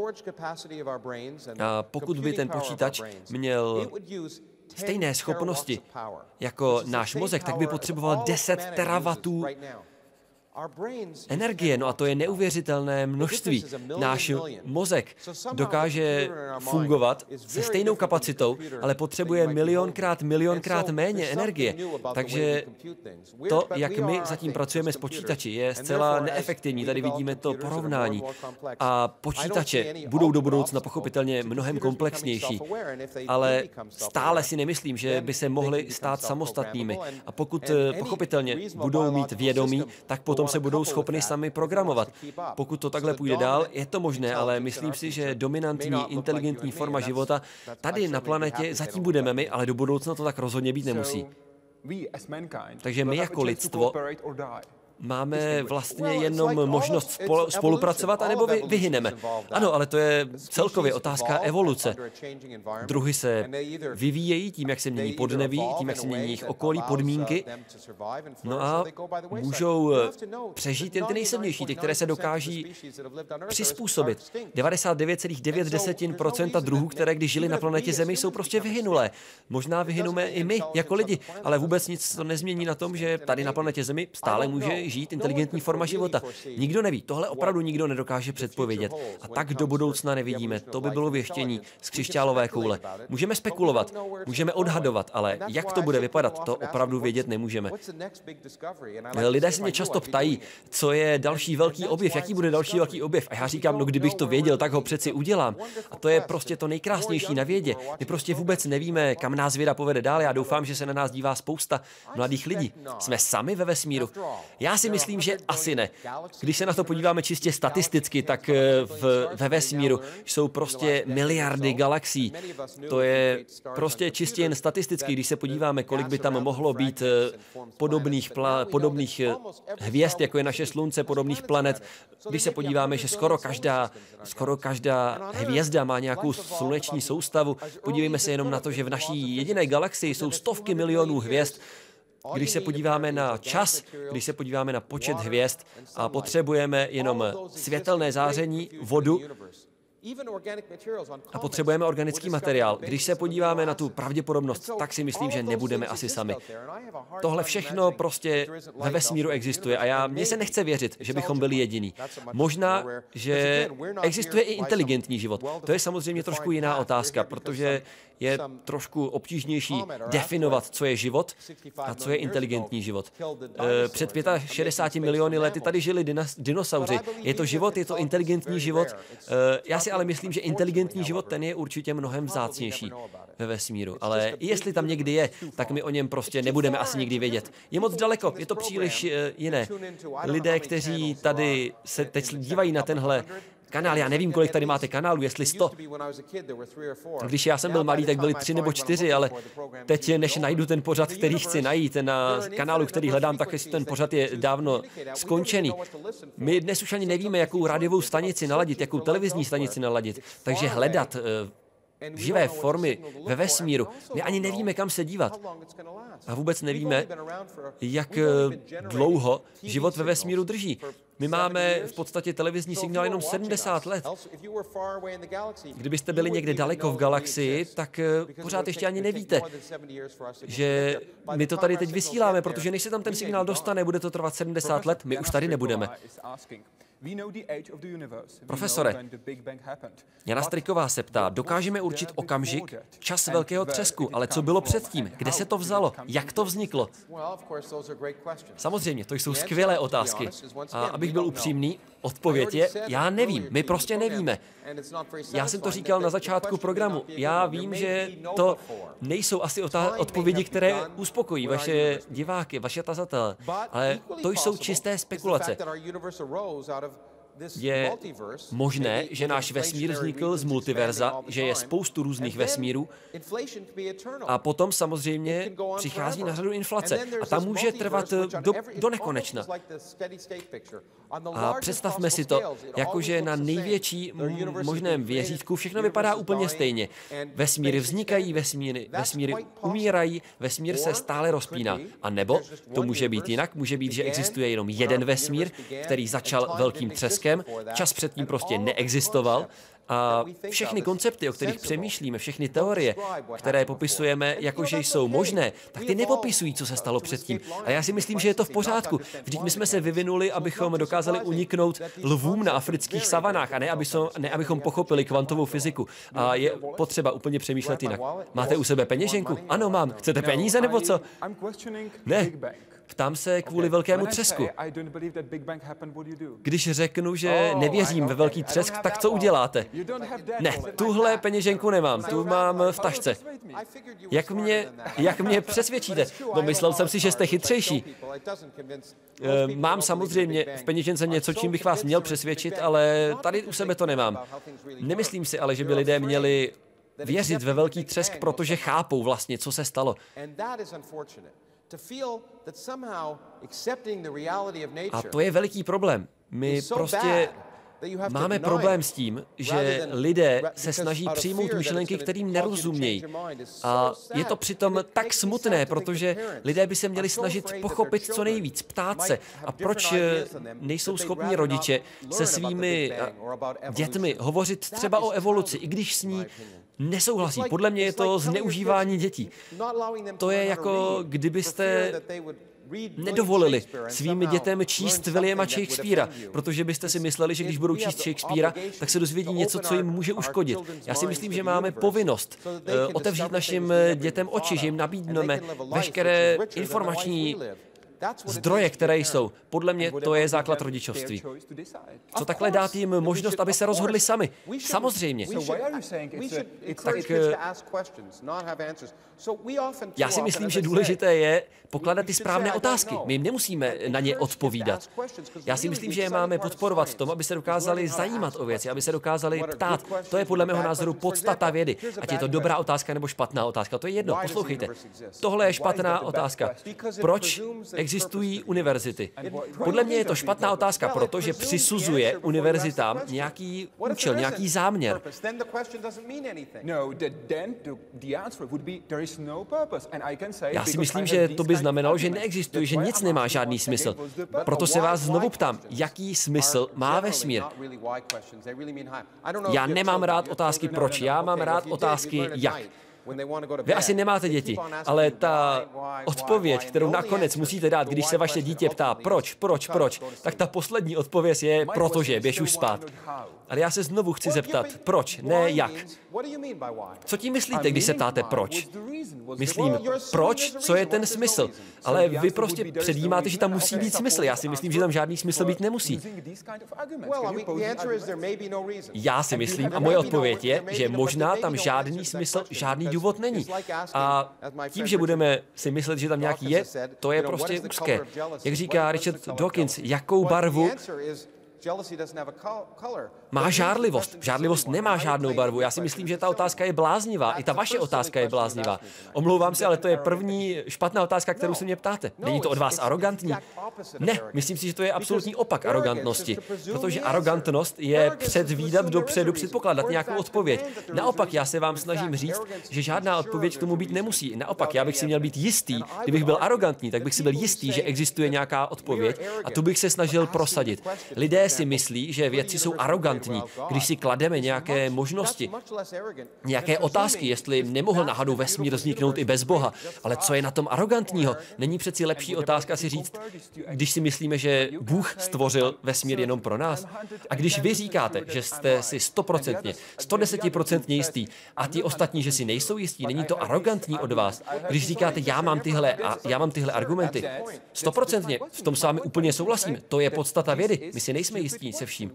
Speaker 1: a pokud by ten počítač měl stejné schopnosti jako náš mozek, tak by potřeboval 10 terawattů energie, no a to je neuvěřitelné množství. Náš mozek dokáže fungovat se stejnou kapacitou, ale potřebuje milionkrát méně energie. Takže to, jak my zatím pracujeme s počítači, je zcela neefektivní. Tady vidíme to porovnání. A počítače budou do budoucna pochopitelně mnohem komplexnější, ale stále si nemyslím, že by se mohly stát samostatnými. A pokud pochopitelně budou mít vědomí, tak potom se budou schopni sami programovat. Pokud to takhle půjde dál, je to možné, ale myslím si, že dominantní, inteligentní forma života tady na planetě zatím budeme my, ale do budoucna to tak rozhodně být nemusí. Takže my jako lidstvo máme vlastně jenom možnost spolupracovat, anebo vyhyneme. Ano, ale to je celkově otázka evoluce. Druhy se vyvíjejí tím, jak se mění podnebí, tím, jak se mění jejich okolí, podmínky. No a můžou přežít jen ty nejsilnější, ty, které se dokáží přizpůsobit. 99,9% druhů, které když žili na planetě Zemi, jsou prostě vyhynulé. Možná vyhyneme i my, jako lidi, ale vůbec nic to nezmění na tom, že tady na planetě Zemi stále může žít inteligentní forma života. Nikdo neví, tohle opravdu nikdo nedokáže předpovědět. A tak do budoucna nevidíme. To by bylo věštění z křišťálové koule. Můžeme spekulovat, můžeme odhadovat, ale jak to bude vypadat, to opravdu vědět nemůžeme. Lidé se mě často ptají, co je další velký objev, jaký bude další velký objev. A já říkám, no kdybych to věděl, tak ho přeci udělám. A to je prostě to nejkrásnější na vědě. My prostě vůbec nevíme, kam nás věda povede dál. Já doufám, že se na nás dívá spousta mladých lidí. Jsme sami ve vesmíru. Já si myslím, že asi ne. Když se na to podíváme čistě statisticky, tak ve vesmíru jsou prostě miliardy galaxií. To je prostě čistě jen statisticky, když se podíváme, kolik by tam mohlo být podobných hvězd, jako je naše Slunce, podobných planet. Když se podíváme, že skoro každá hvězda má nějakou sluneční soustavu, podívejme se jenom na to, že v naší jediné galaxii jsou stovky milionů hvězd. Když se podíváme na čas, když se podíváme na počet hvězd a potřebujeme jenom světelné záření, vodu a potřebujeme organický materiál. Když se podíváme na tu pravděpodobnost, tak si myslím, že nebudeme asi sami. Tohle všechno prostě ve vesmíru existuje a mně se nechce věřit, že bychom byli jediní. Možná, že existuje i inteligentní život. To je samozřejmě trošku jiná otázka, protože je trošku obtížnější definovat, co je život a co je inteligentní život. Před 65 miliony lety tady žili dinosauři. Je to život, je to inteligentní život. Já si ale myslím, že inteligentní život, ten je určitě mnohem vzácnější ve vesmíru. Ale jestli tam někdy je, tak my o něm prostě nebudeme asi nikdy vědět. Je moc daleko, je to příliš jiné. Lidé, kteří tady se teď dívají na tenhle kanál, já nevím, kolik tady máte kanálů, jestli 100. Když já jsem byl malý, tak byly 3 nebo 4, ale teď, než najdu ten pořad, který chci najít, na kanálu, který hledám, tak ten pořad je dávno skončený. My dnes už ani nevíme, jakou rádiovou stanici naladit, jakou televizní stanici naladit, takže hledat živé formy ve vesmíru. My ani nevíme, kam se dívat. A vůbec nevíme, jak dlouho život ve vesmíru drží. My máme v podstatě televizní signál jenom 70 let. Kdybyste byli někde daleko v galaxii, tak pořád ještě ani nevíte, že my to tady teď vysíláme, protože než se tam ten signál dostane, bude to trvat 70 let, my už tady nebudeme. Profesore, Jana Stryková se ptá, dokážeme určit okamžik, čas velkého třesku, ale co bylo předtím? Kde se to vzalo? Jak to vzniklo? Samozřejmě, to jsou skvělé otázky. A abych byl upřímný, odpověď je, já nevím, my prostě nevíme. Já jsem to říkal na začátku programu. Já vím, že to nejsou asi odpovědi, které uspokojí vaše diváky, vaše tazatele, ale to jsou čisté spekulace. Je možné, že náš vesmír vznikl z multiverza, že je spoustu různých vesmírů a potom samozřejmě přichází na řadu inflace a ta může trvat do nekonečna. A představme si to, jakože na největší možném věřítku všechno vypadá úplně stejně. Vesmíry vznikají, vesmíry umírají, vesmír se stále rozpíná. A nebo to může být jinak, může být, že existuje jenom jeden vesmír, který začal velkým třeskem, čas předtím prostě neexistoval a všechny koncepty, o kterých přemýšlíme, všechny teorie, které popisujeme jakože jsou možné, tak ty nepopisují, co se stalo předtím. A já si myslím, že je to v pořádku. Vždyť my jsme se vyvinuli, abychom dokázali uniknout lvům na afrických savanách a ne abychom pochopili kvantovou fyziku. A je potřeba úplně přemýšlet jinak. Máte u sebe peněženku? Ano, mám. Chcete peníze nebo co? Ne. Ptám se kvůli velkému třesku. Když řeknu, že nevěřím ve velký třesk, tak co uděláte? Ne, tuhle peněženku nemám, tu mám v tašce. Jak mě přesvědčíte? No, myslel jsem si, že jste chytřejší. Mám samozřejmě v peněžence něco, čím bych vás měl přesvědčit, ale tady u sebe to nemám. Nemyslím si ale, že by lidé měli věřit ve velký třesk, protože chápou vlastně, co se stalo. A to je veliký problém. My prostě máme problém s tím, že lidé se snaží přijmout myšlenky, kterým nerozumějí. A je to přitom tak smutné, protože lidé by se měli snažit pochopit co nejvíc, ptát se. A proč nejsou schopni rodiče se svými dětmi hovořit třeba o evoluci, i když s ní nesouhlasí. Podle mě je to zneužívání dětí. To je jako kdybyste nedovolili svým dětem číst Williama Shakespearea, protože byste si mysleli, že když budou číst Shakespearea, tak se dozvědí něco, co jim může uškodit. Já si myslím, že máme povinnost otevřít našim dětem oči, že jim nabídneme veškeré informační zdroje, které jsou. Podle mě to je základ rodičovství. Co takhle dát jim možnost, aby se rozhodli sami? Samozřejmě. Tak já si myslím, že důležité je pokládat ty správné otázky. My jim nemusíme na ně odpovídat. Já si myslím, že je máme podporovat v tom, aby se dokázali zajímat o věci, aby se dokázali ptát. To je podle mého názoru podstata vědy. Ať je to dobrá otázka nebo špatná otázka. To je jedno. Poslouchejte. Tohle je špatná otázka. Proč existují univerzity? Podle mě je to špatná otázka, protože přisuzuje univerzitám nějaký účel, nějaký záměr. Já si myslím, že to by znamenalo, že neexistuje, že nic nemá žádný smysl. Proto se vás znovu ptám, jaký smysl má vesmír? Já nemám rád otázky proč, já mám rád otázky jak. Vy asi nemáte děti, ale ta odpověď, kterou nakonec musíte dát, když se vaše dítě ptá proč, tak ta poslední odpověď je protože, běž už spát. Ale já se znovu chci zeptat, proč, ne jak. Co tím myslíte, když se ptáte proč? Myslím, proč, co je ten smysl? Ale vy prostě předjímáte, že tam musí být smysl. Já si myslím, že tam žádný smysl být nemusí. Já si myslím, a moje odpověď je, že možná tam žádný smysl, žádný důvod není. A tím, že budeme si myslet, že tam nějaký je, to je prostě úzké. Jak říká Richard Dawkins, jakou barvu Má žárlivost. Žárlivost nemá žádnou barvu. Já si myslím, že ta otázka je bláznivá. I ta vaše otázka je bláznivá. Omlouvám se, ale to je první špatná otázka, kterou se mě ptáte. Není to od vás arrogantní? Ne, myslím si, že to je absolutní opak arrogantnosti. Protože arrogantnost je předvídat dopředu, předpokládat nějakou odpověď. Naopak, já se vám snažím říct, že žádná odpověď k tomu být nemusí. Naopak, já bych si měl být jistý. Kdybych byl arrogantní, tak bych si byl jistý, že existuje nějaká odpověď a tu bych se snažil prosadit. Lidé si myslí, že vědci jsou arrogantní, když si klademe nějaké možnosti, nějaké otázky, jestli nemohl náhodou vesmír vzniknout i bez Boha. Ale co je na tom arrogantního? Není přeci lepší otázka si říct, když si myslíme, že Bůh stvořil vesmír jenom pro nás? A když vy říkáte, že jste si 100%, 110% jistý a ti ostatní, že si nejsou jistí, není to arrogantní od vás? Když říkáte, já mám tyhle argumenty, 100%, v tom s vámi úplně souhlasím. To je podstata vědy. My si nejsme jistí se vším.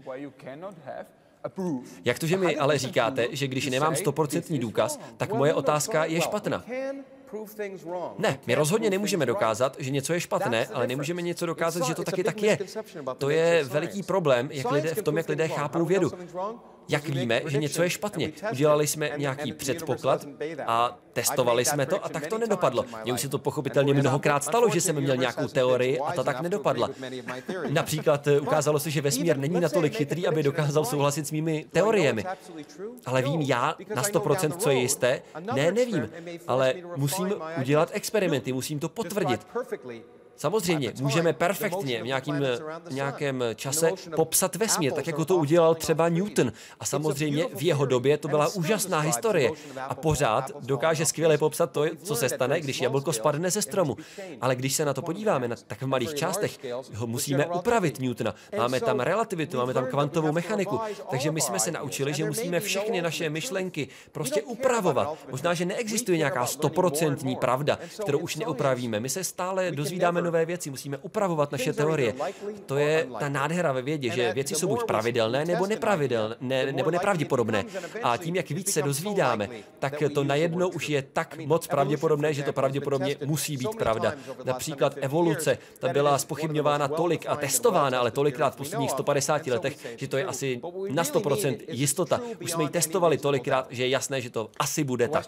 Speaker 1: Jak to, že mi ale říkáte, že když nemám 100% důkaz, tak moje otázka je špatná? Ne, my rozhodně nemůžeme dokázat, že něco je špatné, ale nemůžeme něco dokázat, že to taky tak je. To je veliký problém v tom, jak lidé chápou vědu. Jak víme, že něco je špatně? Udělali jsme nějaký předpoklad a testovali jsme to a tak to nedopadlo. Mně už se to pochopitelně mnohokrát stalo, že jsem měl nějakou teorii a ta tak nedopadla. Například ukázalo se, že vesmír není natolik chytrý, aby dokázal souhlasit s mými teoriemi. Ale vím já na 100%, co je jisté? Ne, nevím, ale musím udělat experimenty, musím to potvrdit. Samozřejmě, můžeme perfektně v nějakém čase popsat vesmír, tak jako to udělal třeba Newton. A samozřejmě v jeho době to byla úžasná historie. A pořád dokáže skvěle popsat to, co se stane, když jablko spadne ze stromu. Ale když se na to podíváme, tak v malých částech ho musíme upravit Newtona. Máme tam relativitu, máme tam kvantovou mechaniku. Takže my jsme se naučili, že musíme všechny naše myšlenky prostě upravovat. Možná, že neexistuje nějaká 100% pravda, kterou už neupravíme. My se stále dozvídáme nové věci, musíme upravovat naše teorie. To je ta nádhera ve vědě, že věci jsou buď pravidelné, nebo nepravděpodobné. A tím, jak víc se dozvídáme, tak to najednou už je tak moc pravděpodobné, že to pravděpodobně musí být pravda. Například evoluce, ta byla zpochybňována tolik a testována, ale tolikrát v posledních 150 letech, že to je asi na 100% jistota. Už jsme ji testovali tolikrát, že je jasné, že to asi bude tak.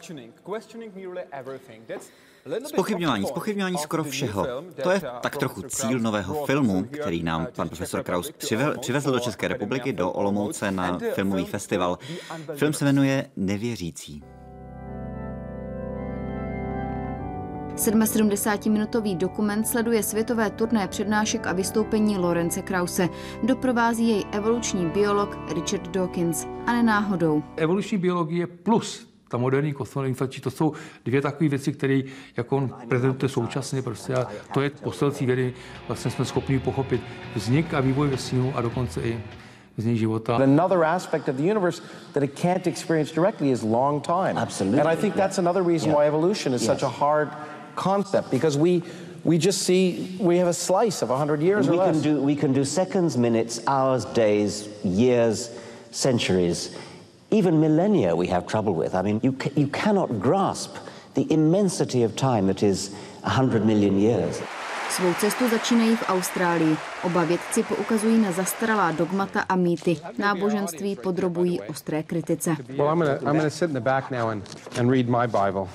Speaker 5: Zpochybňování skoro všeho. To je tak trochu cíl nového filmu, který nám pan profesor Kraus přivezl do České republiky, do Olomouce na filmový festival. Film se jmenuje Nevěřící.
Speaker 2: 77-minutový dokument sleduje světové turné přednášek a vystoupení Lorence Krause. Doprovází jej evoluční biolog Richard Dawkins. A nenáhodou.
Speaker 4: Evoluční biologie plus ta moderní kosmologii, to jsou dvě takové věci, které jako on prezentuje současně prostě a to je poselství vědy, vlastně jsme schopni pochopit vznik a vývoj vesmíru a dokonce i vznik života.
Speaker 6: Another aspect of the universe that it can't experience directly is long time.
Speaker 7: Absolutely.
Speaker 6: And I think that's another reason why evolution is such a hard concept, because we just see we have a slice of 100 years or less.
Speaker 7: We can do seconds, minutes, hours, days, years, centuries. Even millennia we have trouble with. I mean, you cannot grasp the immensity of time that is 100 million years.
Speaker 2: Svou cestu začínají v Austrálii. Oba vědci poukazují na zastaralá dogmata a mýty. Náboženství podrobují ostré kritice.
Speaker 6: Well, I'm gonna sit in the back now and read my Bible.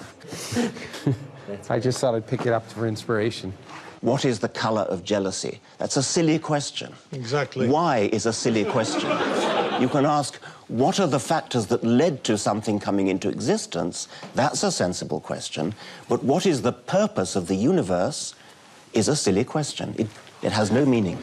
Speaker 6: I just thought I'd pick it up for inspiration.
Speaker 7: What is the color of jealousy? That's a silly question.
Speaker 8: Exactly.
Speaker 7: Why is a silly question? You can ask, what are the factors that led to something coming into existence? That's a sensible question. But what is the purpose of the universe is a silly question. It has no meaning.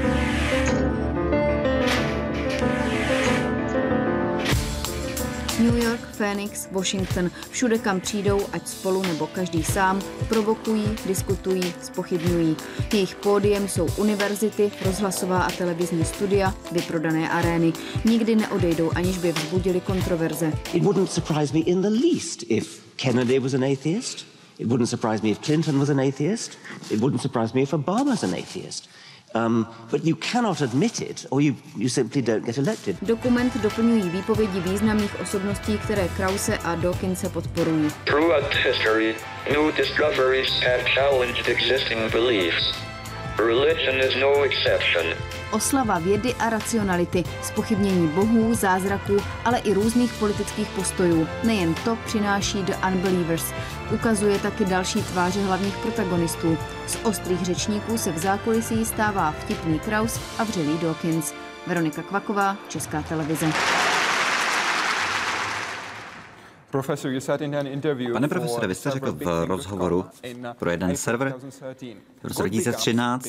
Speaker 2: New York, Phoenix, Washington, všude kam přijdou, ať spolu nebo každý sám, provokují, diskutují, zpochybňují. Jejich pódiem jsou univerzity, rozhlasová a televizní studia, vyprodané arény. Nikdy neodejdou, aniž by vzbudili kontroverze.
Speaker 7: It wouldn't surprise me in the least if Kennedy was an atheist. It wouldn't surprise me if Clinton was an atheist. It wouldn't surprise me if Obama's an atheist. But you cannot admit it, or you simply don't get elected.
Speaker 2: Dokument doplňují výpovědi významných osobností, které Krause a Dawkinse podporují.
Speaker 9: Throughout history, new discoveries have challenged existing beliefs.
Speaker 2: Religion is no exception. Oslava vědy a racionality, zpochybnění bohů, zázraků, ale i různých politických postojů. Nejen to přináší The Unbelievers. Ukazuje taky další tváře hlavních protagonistů. Z ostrých řečníků se v zákulisí stává vtipný Kraus a vřelý Dawkins. Veronika Kvaková, Česká televize.
Speaker 5: Pane profesore, vy jste řekl v rozhovoru pro jeden server v roce 2013,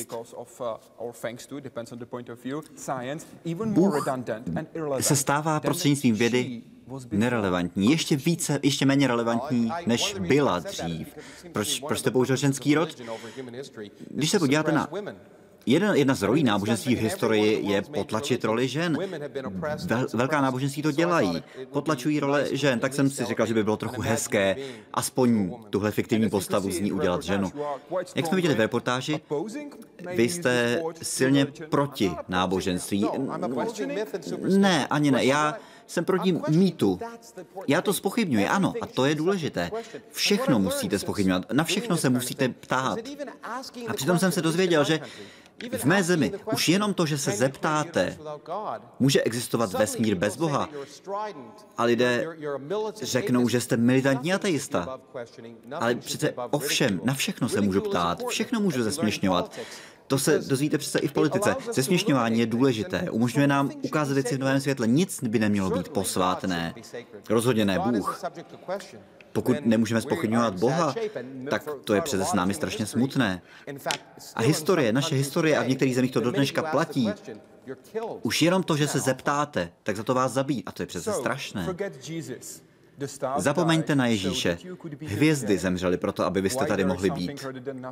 Speaker 5: Bůh se stává prostřednictvím vědy nerelevantní, ještě méně relevantní, než byla dřív. Proč jste použil ženský rod? Když se podíváte na jedna z rolí náboženství v historii je potlačit roli žen. Velká náboženství to dělají. Potlačují role žen. Tak jsem si říkal, že by bylo trochu hezké aspoň tuhle fiktivní postavu z ní udělat ženu. Jak jsme viděli v reportáži, vy jste silně proti náboženství. Ne, ani ne. Já jsem proti mýtu. Já to zpochybňuji, ano, a to je důležité. Všechno musíte zpochybňovat, na všechno se musíte ptát. A přitom jsem se dozvěděl, že v mé zemi už jenom to, že se zeptáte, může existovat vesmír bez Boha. A lidé řeknou, že jste militantní ateista. Ale přece ovšem, na všechno se můžu ptát, všechno můžu zesměšňovat. To se dozvíte přece i v politice. Zesměšňování je důležité. Umožňuje nám ukázat věci v novém světle. Nic by nemělo být posvátné. Rozhodně ne Bůh. Pokud nemůžeme zpochybňovat Boha, tak to je přece s námi strašně smutné. A naše historie, a v některých zemích to do dneška platí, už jenom to, že se zeptáte, tak za to vás zabíjí. A to je přece strašné. Zapomeňte na Ježíše. Hvězdy zemřely proto, aby byste tady mohli být.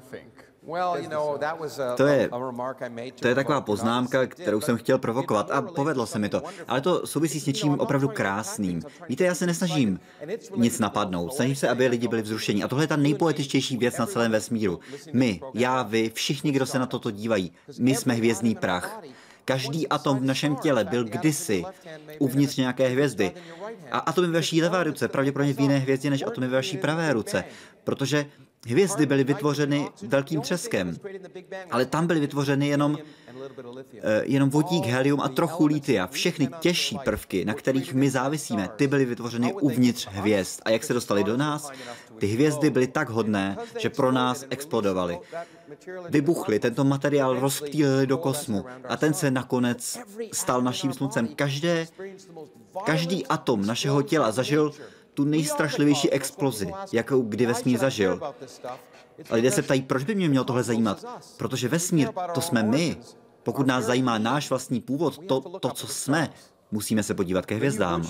Speaker 5: To je taková poznámka, kterou jsem chtěl provokovat a povedlo se mi to. Ale to souvisí s něčím opravdu krásným. Víte, já se nesnažím nic napadnout. Snažím se, aby lidi byli vzrušení. A tohle je ta nejpoetičtější věc na celém vesmíru. My, já, vy, všichni, kdo se na toto dívají, my jsme hvězdný prach. Každý atom v našem těle byl kdysi uvnitř nějaké hvězdy. A atomy ve vaší levé ruce pravděpodobně v jiné hvězdě než atomy ve vaší pravé ruce. Protože hvězdy byly vytvořeny velkým třeskem. Ale tam byly vytvořeny jenom vodík, helium a trochu litia. Všechny těžší prvky, na kterých my závisíme, ty byly vytvořeny uvnitř hvězd. A jak se dostali do nás? Ty hvězdy byly tak hodné, že pro nás explodovaly. Vybuchly, tento materiál rozptýlili do kosmu a ten se nakonec stal naším sluncem. Každý atom našeho těla zažil tu nejstrašlivější explozi, jakou kdy vesmír zažil. A lidé se ptají, proč by mě mělo tohle zajímat? Protože vesmír, to jsme my. Pokud nás zajímá náš vlastní původ, to, co jsme, musíme se podívat ke hvězdám.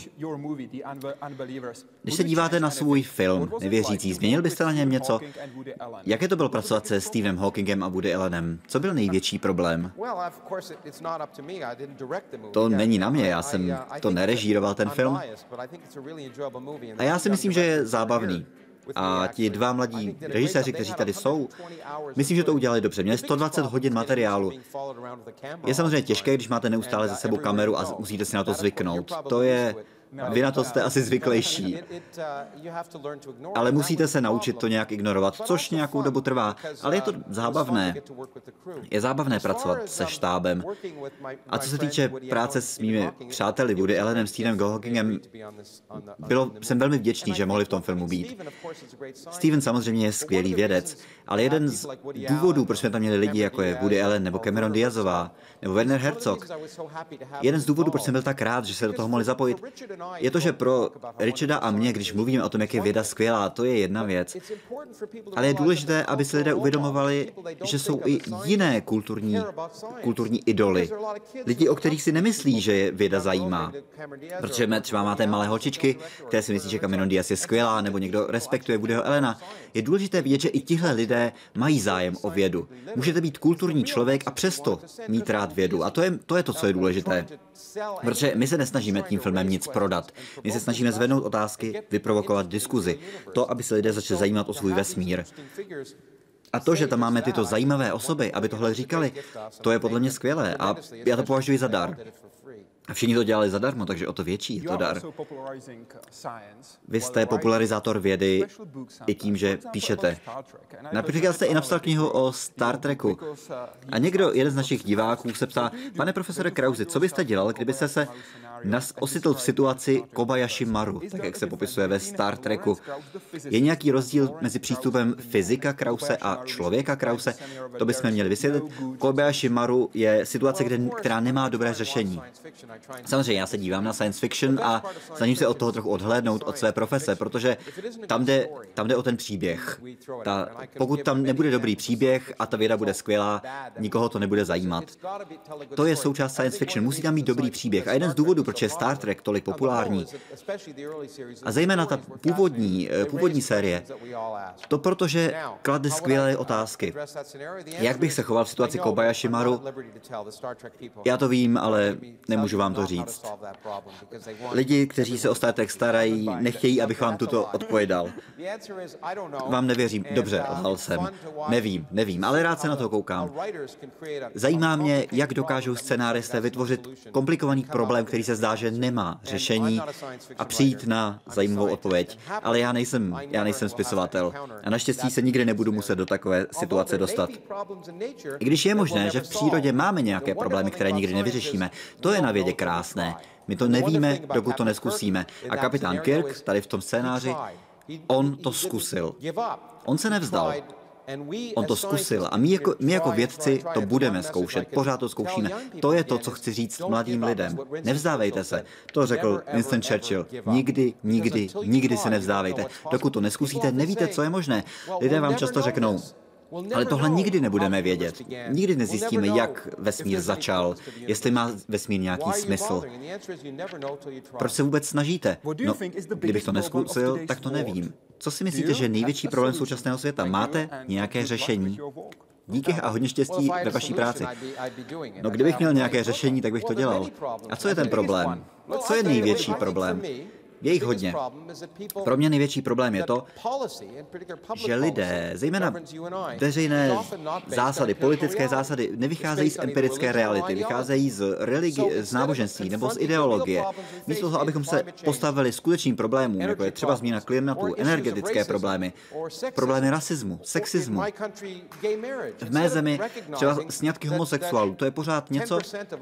Speaker 5: Když se díváte na svůj film Nevěřící, změnil byste na něm něco? Jaké to bylo pracovat se Stephenem Hawkingem a Woody Allenem? Co byl největší problém? To není na mě, já jsem to nerežíroval ten film. A já si myslím, že je zábavný. A ti dva mladí režiséři, kteří tady jsou, myslím, že to udělali dobře. Měli 120 hodin materiálu. Je samozřejmě těžké, když máte neustále za sebou kameru a musíte si na to zvyknout. Vy na to jste asi zvyklejší. Ale musíte se naučit to nějak ignorovat, což nějakou dobu trvá. Ale je to zábavné. Je zábavné pracovat se štábem. A co se týče práce s mými přáteli Woody Allenem, Stephenem Hawkingem, jsem velmi vděčný, že mohli v tom filmu být. Stephen samozřejmě je skvělý vědec, ale jeden z důvodů, proč jsme tam měli lidi, jako je Woody Allen nebo Cameron Diazová nebo Werner Herzog, jeden z důvodů, proč jsem byl tak rád, že se do toho mohli zapojit, je to, že pro Richarda a mě, když mluvíme o tom, jak je věda skvělá, to je jedna věc. Ale je důležité, aby si lidé uvědomovali, že jsou i jiné kulturní idoly. Lidi, o kterých si nemyslí, že je věda zajímá. Protože třeba máte malé holčičky, které si myslí, že Cameron Diaz je skvělá, nebo někdo respektuje Woodyho Allena. Je důležité vidět, že i tihle lidé mají zájem o vědu. Můžete být kulturní člověk a přesto mít rád vědu. A to je to, co je důležité. Protože my se nesnažíme tím filmem nic prodat. My se snažíme zvednout otázky, vyprovokovat diskuzi. To, aby se lidé začali zajímat o svůj vesmír. A to, že tam máme tyto zajímavé osoby, aby tohle říkali, to je podle mě skvělé a já to považuji za dar. A všichni to dělali zadarmo, takže o to větší je to dar. Vy jste popularizátor vědy i tím, že píšete. Například jste i napsal knihu o Star Treku. A někdo, jeden z našich diváků, se ptá, pane profesore Krausi, co byste dělal, kdybyste se ocitl v situaci Kobayashi Maru, tak jak se popisuje ve Star Treku. Je nějaký rozdíl mezi přístupem fyzika Krause a člověka Krause? To bychom měli vysvětlit. Kobayashi Maru je situace, která nemá dobré řešení. Samozřejmě já se dívám na science fiction a snažím se od toho trochu odhlédnout od své profese, protože tam jde o ten příběh. Pokud tam nebude dobrý příběh a ta věda bude skvělá, nikoho to nebude zajímat. To je součást science fiction. Musí tam mít dobrý příběh. A jeden z důvodů, proč je Star Trek tolik populární, a zejména ta původní série, to protože klade skvělé otázky. Jak bych se choval v situaci Kobayashi Maru? Já to vím, ale nemůžu vám to říct. Lidi, kteří se o Star Trek starají, nechtějí, abych vám tuto odpovědal. Vám nevěřím. Dobře, lhal jsem. Nevím, ale rád se na to koukám. Zajímá mě, jak dokážou scenáristé vytvořit komplikovaný problém, který se zdá, že nemá řešení, a přijít na zajímavou odpověď. Ale já nejsem spisovatel a naštěstí se nikdy nebudu muset do takové situace dostat. I když je možné, že v přírodě máme nějaké problémy, které nikdy nevyřešíme, to je na vědě krásné. My to nevíme, dokud to neskusíme. A kapitán Kirk, tady v tom scénáři, on to zkusil. On se nevzdal. On to zkusil a my jako vědci to budeme zkoušet, pořád to zkoušíme. To je to, co chci říct mladým lidem. Nevzdávejte se. To řekl Winston Churchill. Nikdy se nevzdávejte. Dokud to neskusíte, nevíte, co je možné. Lidé vám často řeknou, ale tohle nikdy nebudeme vědět. Nikdy nezjistíme, jak vesmír začal, jestli má vesmír nějaký smysl. Proč se vůbec snažíte? No, kdybych to neskusil, tak to nevím. Co si myslíte, že je největší problém současného světa? Máte nějaké řešení? Díky a hodně štěstí ve vaší práci. No, kdybych měl nějaké řešení, tak bych to dělal. A co je ten problém? Co je největší problém? Je jich hodně. Pro mě největší problém je to, že lidé, zejména veřejné zásady, politické zásady, nevycházejí z empirické reality, vycházejí z religie, z náboženství nebo z ideologie. Místo toho, abychom se postavili skutečným problémům, jako je třeba změna klimatu, energetické problémy, problémy rasismu, sexismu. V mé zemi třeba sňatky homosexuálů, to je pořád něco.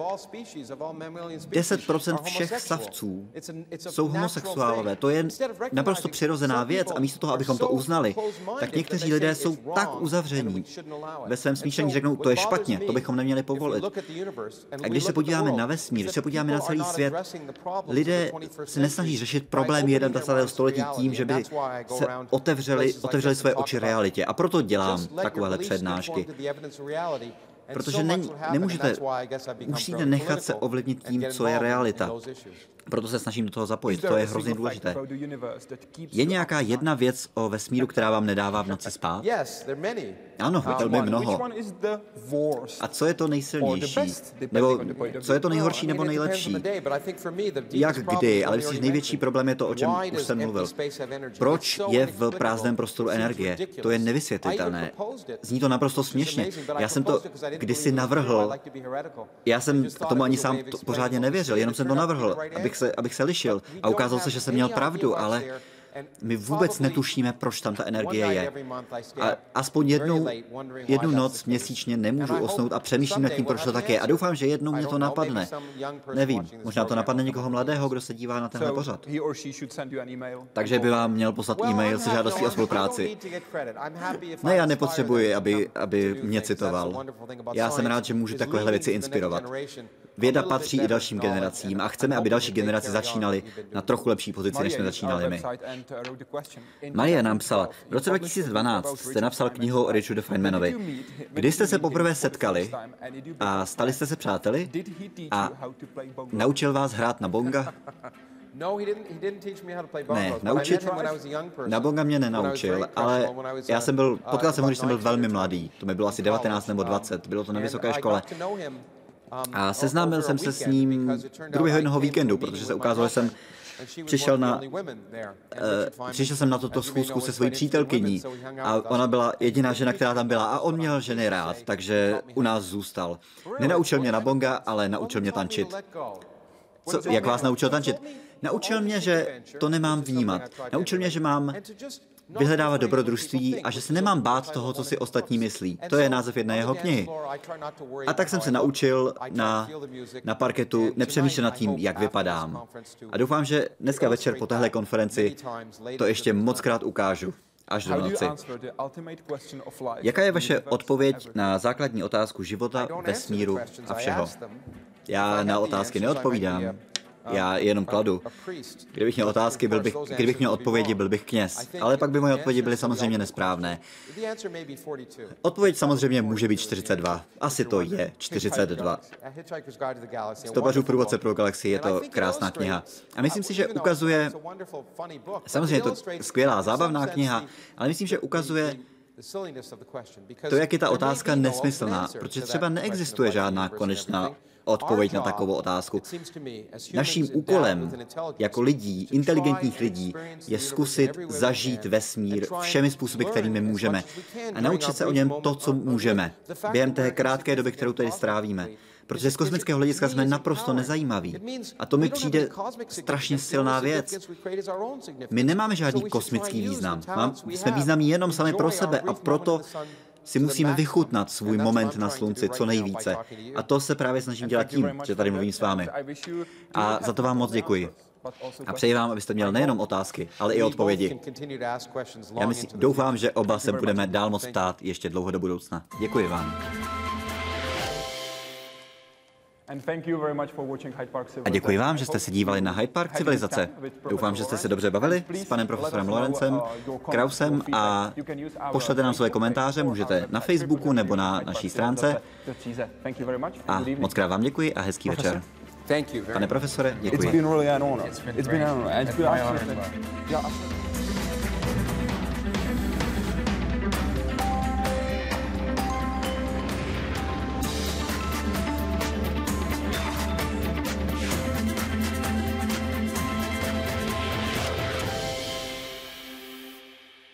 Speaker 5: 10% všech savců jsou homosexuálové. To je naprosto přirozená věc a místo toho, abychom to uznali, tak někteří lidé jsou tak uzavření. Ve svém smýšlení řeknou, to je špatně, to bychom neměli povolit. A když se podíváme na vesmír, když se podíváme na celý svět, lidé se nesnaží řešit problémy 21. století tím, že by se otevřeli své oči realitě. A proto dělám takovéhle přednášky. Protože musíte nechat se ovlivnit tím, co je realita. Proto se snažím do toho zapojit, to je hrozně důležité. Je nějaká jedna věc o vesmíru, která vám nedává v noci spát? Ano, velmi mnoho. A co je to nejsilnější? Nebo co je to nejhorší nebo nejlepší? Jak kdy? Ale myslím, že největší problém je to, o čem už jsem mluvil. Proč je v prázdném prostoru energie? To je nevysvětlitelné. Zní to naprosto směšně. Já jsem to kdysi navrhl. Já jsem tomu ani sám pořádně nevěřil, jenom jsem to navrhl, abych se lišil. A ukázalo se, že jsem měl pravdu, ale my vůbec netušíme, proč tam ta energie je. A aspoň jednu noc měsíčně nemůžu usnout a přemýšlím nad tím, proč to tak je. A doufám, že jednou mě to napadne. Nevím, možná to napadne někoho mladého, kdo se dívá na tenhle pořad. Takže by vám měl poslat e-mail se žádostí o spolupráci. Ne, já nepotřebuji, aby mě citoval. Já jsem rád, že můžu takovéhle věci inspirovat. Věda patří i dalším generacím a chceme, aby další generace začínaly na trochu lepší pozici, než jsme začínali my. Marie nám psala, v roce 2012 jste napsal knihu o Richardu Feynmanovi. Kdy jste se poprvé setkali a stali jste se přáteli a naučil vás hrát na bonga? Ne, na bonga mě nenaučil, ale potkal jsem ho, když jsem byl velmi mladý. To mi bylo asi 19 nebo 20, bylo to na vysoké škole. A seznámil jsem se s ním druhého jednoho víkendu, protože se ukázalo, že jsem přišel jsem na toto schůzku se svojí přítelkyní a ona byla jediná žena, která tam byla a on měl ženy rád, takže u nás zůstal. Nenaučil mě na bonga, ale naučil mě tančit. Jak vás naučil tančit? Naučil mě, že to nemám vnímat. Naučil mě, že mám vyhledávat dobrodružství a že se nemám bát toho, co si ostatní myslí. To je název jedné jeho knihy. A tak jsem se naučil na parketu nepřemýšlet nad tím, jak vypadám. A doufám, že dneska večer po téhle konferenci to ještě mockrát ukážu. Až do noci. Jaká je vaše odpověď na základní otázku života, vesmíru a všeho? Já na otázky neodpovídám. Já jenom kladu. Kdybych měl odpovědi, byl bych kněz. Ale pak by moje odpovědi byly samozřejmě nesprávné. Odpověď samozřejmě může být 42. Asi to je 42. Stopařův průvodce pro galaxii je to krásná kniha. A myslím si, že ukazuje, samozřejmě je to skvělá, zábavná kniha, ale myslím, že ukazuje to, jak je ta otázka nesmyslná, protože třeba neexistuje žádná konečná odpověď na takovou otázku. Naším úkolem jako lidí, inteligentních lidí, je zkusit zažít vesmír všemi způsoby, kterými můžeme a naučit se o něm to, co můžeme, během té krátké doby, kterou tady strávíme. Protože z kosmického hlediska jsme naprosto nezajímaví. A to mi přijde strašně silná věc. My nemáme žádný kosmický význam. Jsme významní jenom sami pro sebe a proto si musíme vychutnat svůj moment na slunci co nejvíce. A to se právě snažím dělat tím, že tady mluvím s vámi. A za to vám moc děkuji. A přeji vám, abyste měl nejenom otázky, ale i odpovědi. Doufám, že oba se budeme dál moc ptát ještě dlouho do budoucna. Děkuji vám. A děkuji vám, že jste se dívali na Hyde Park civilizace. Doufám, že jste se dobře bavili s panem profesorem Lorenzem Krausem a pošlete nám své komentáře, můžete na Facebooku nebo na naší stránce. A moc krát vám děkuji a hezký večer. Pane profesore, děkuji.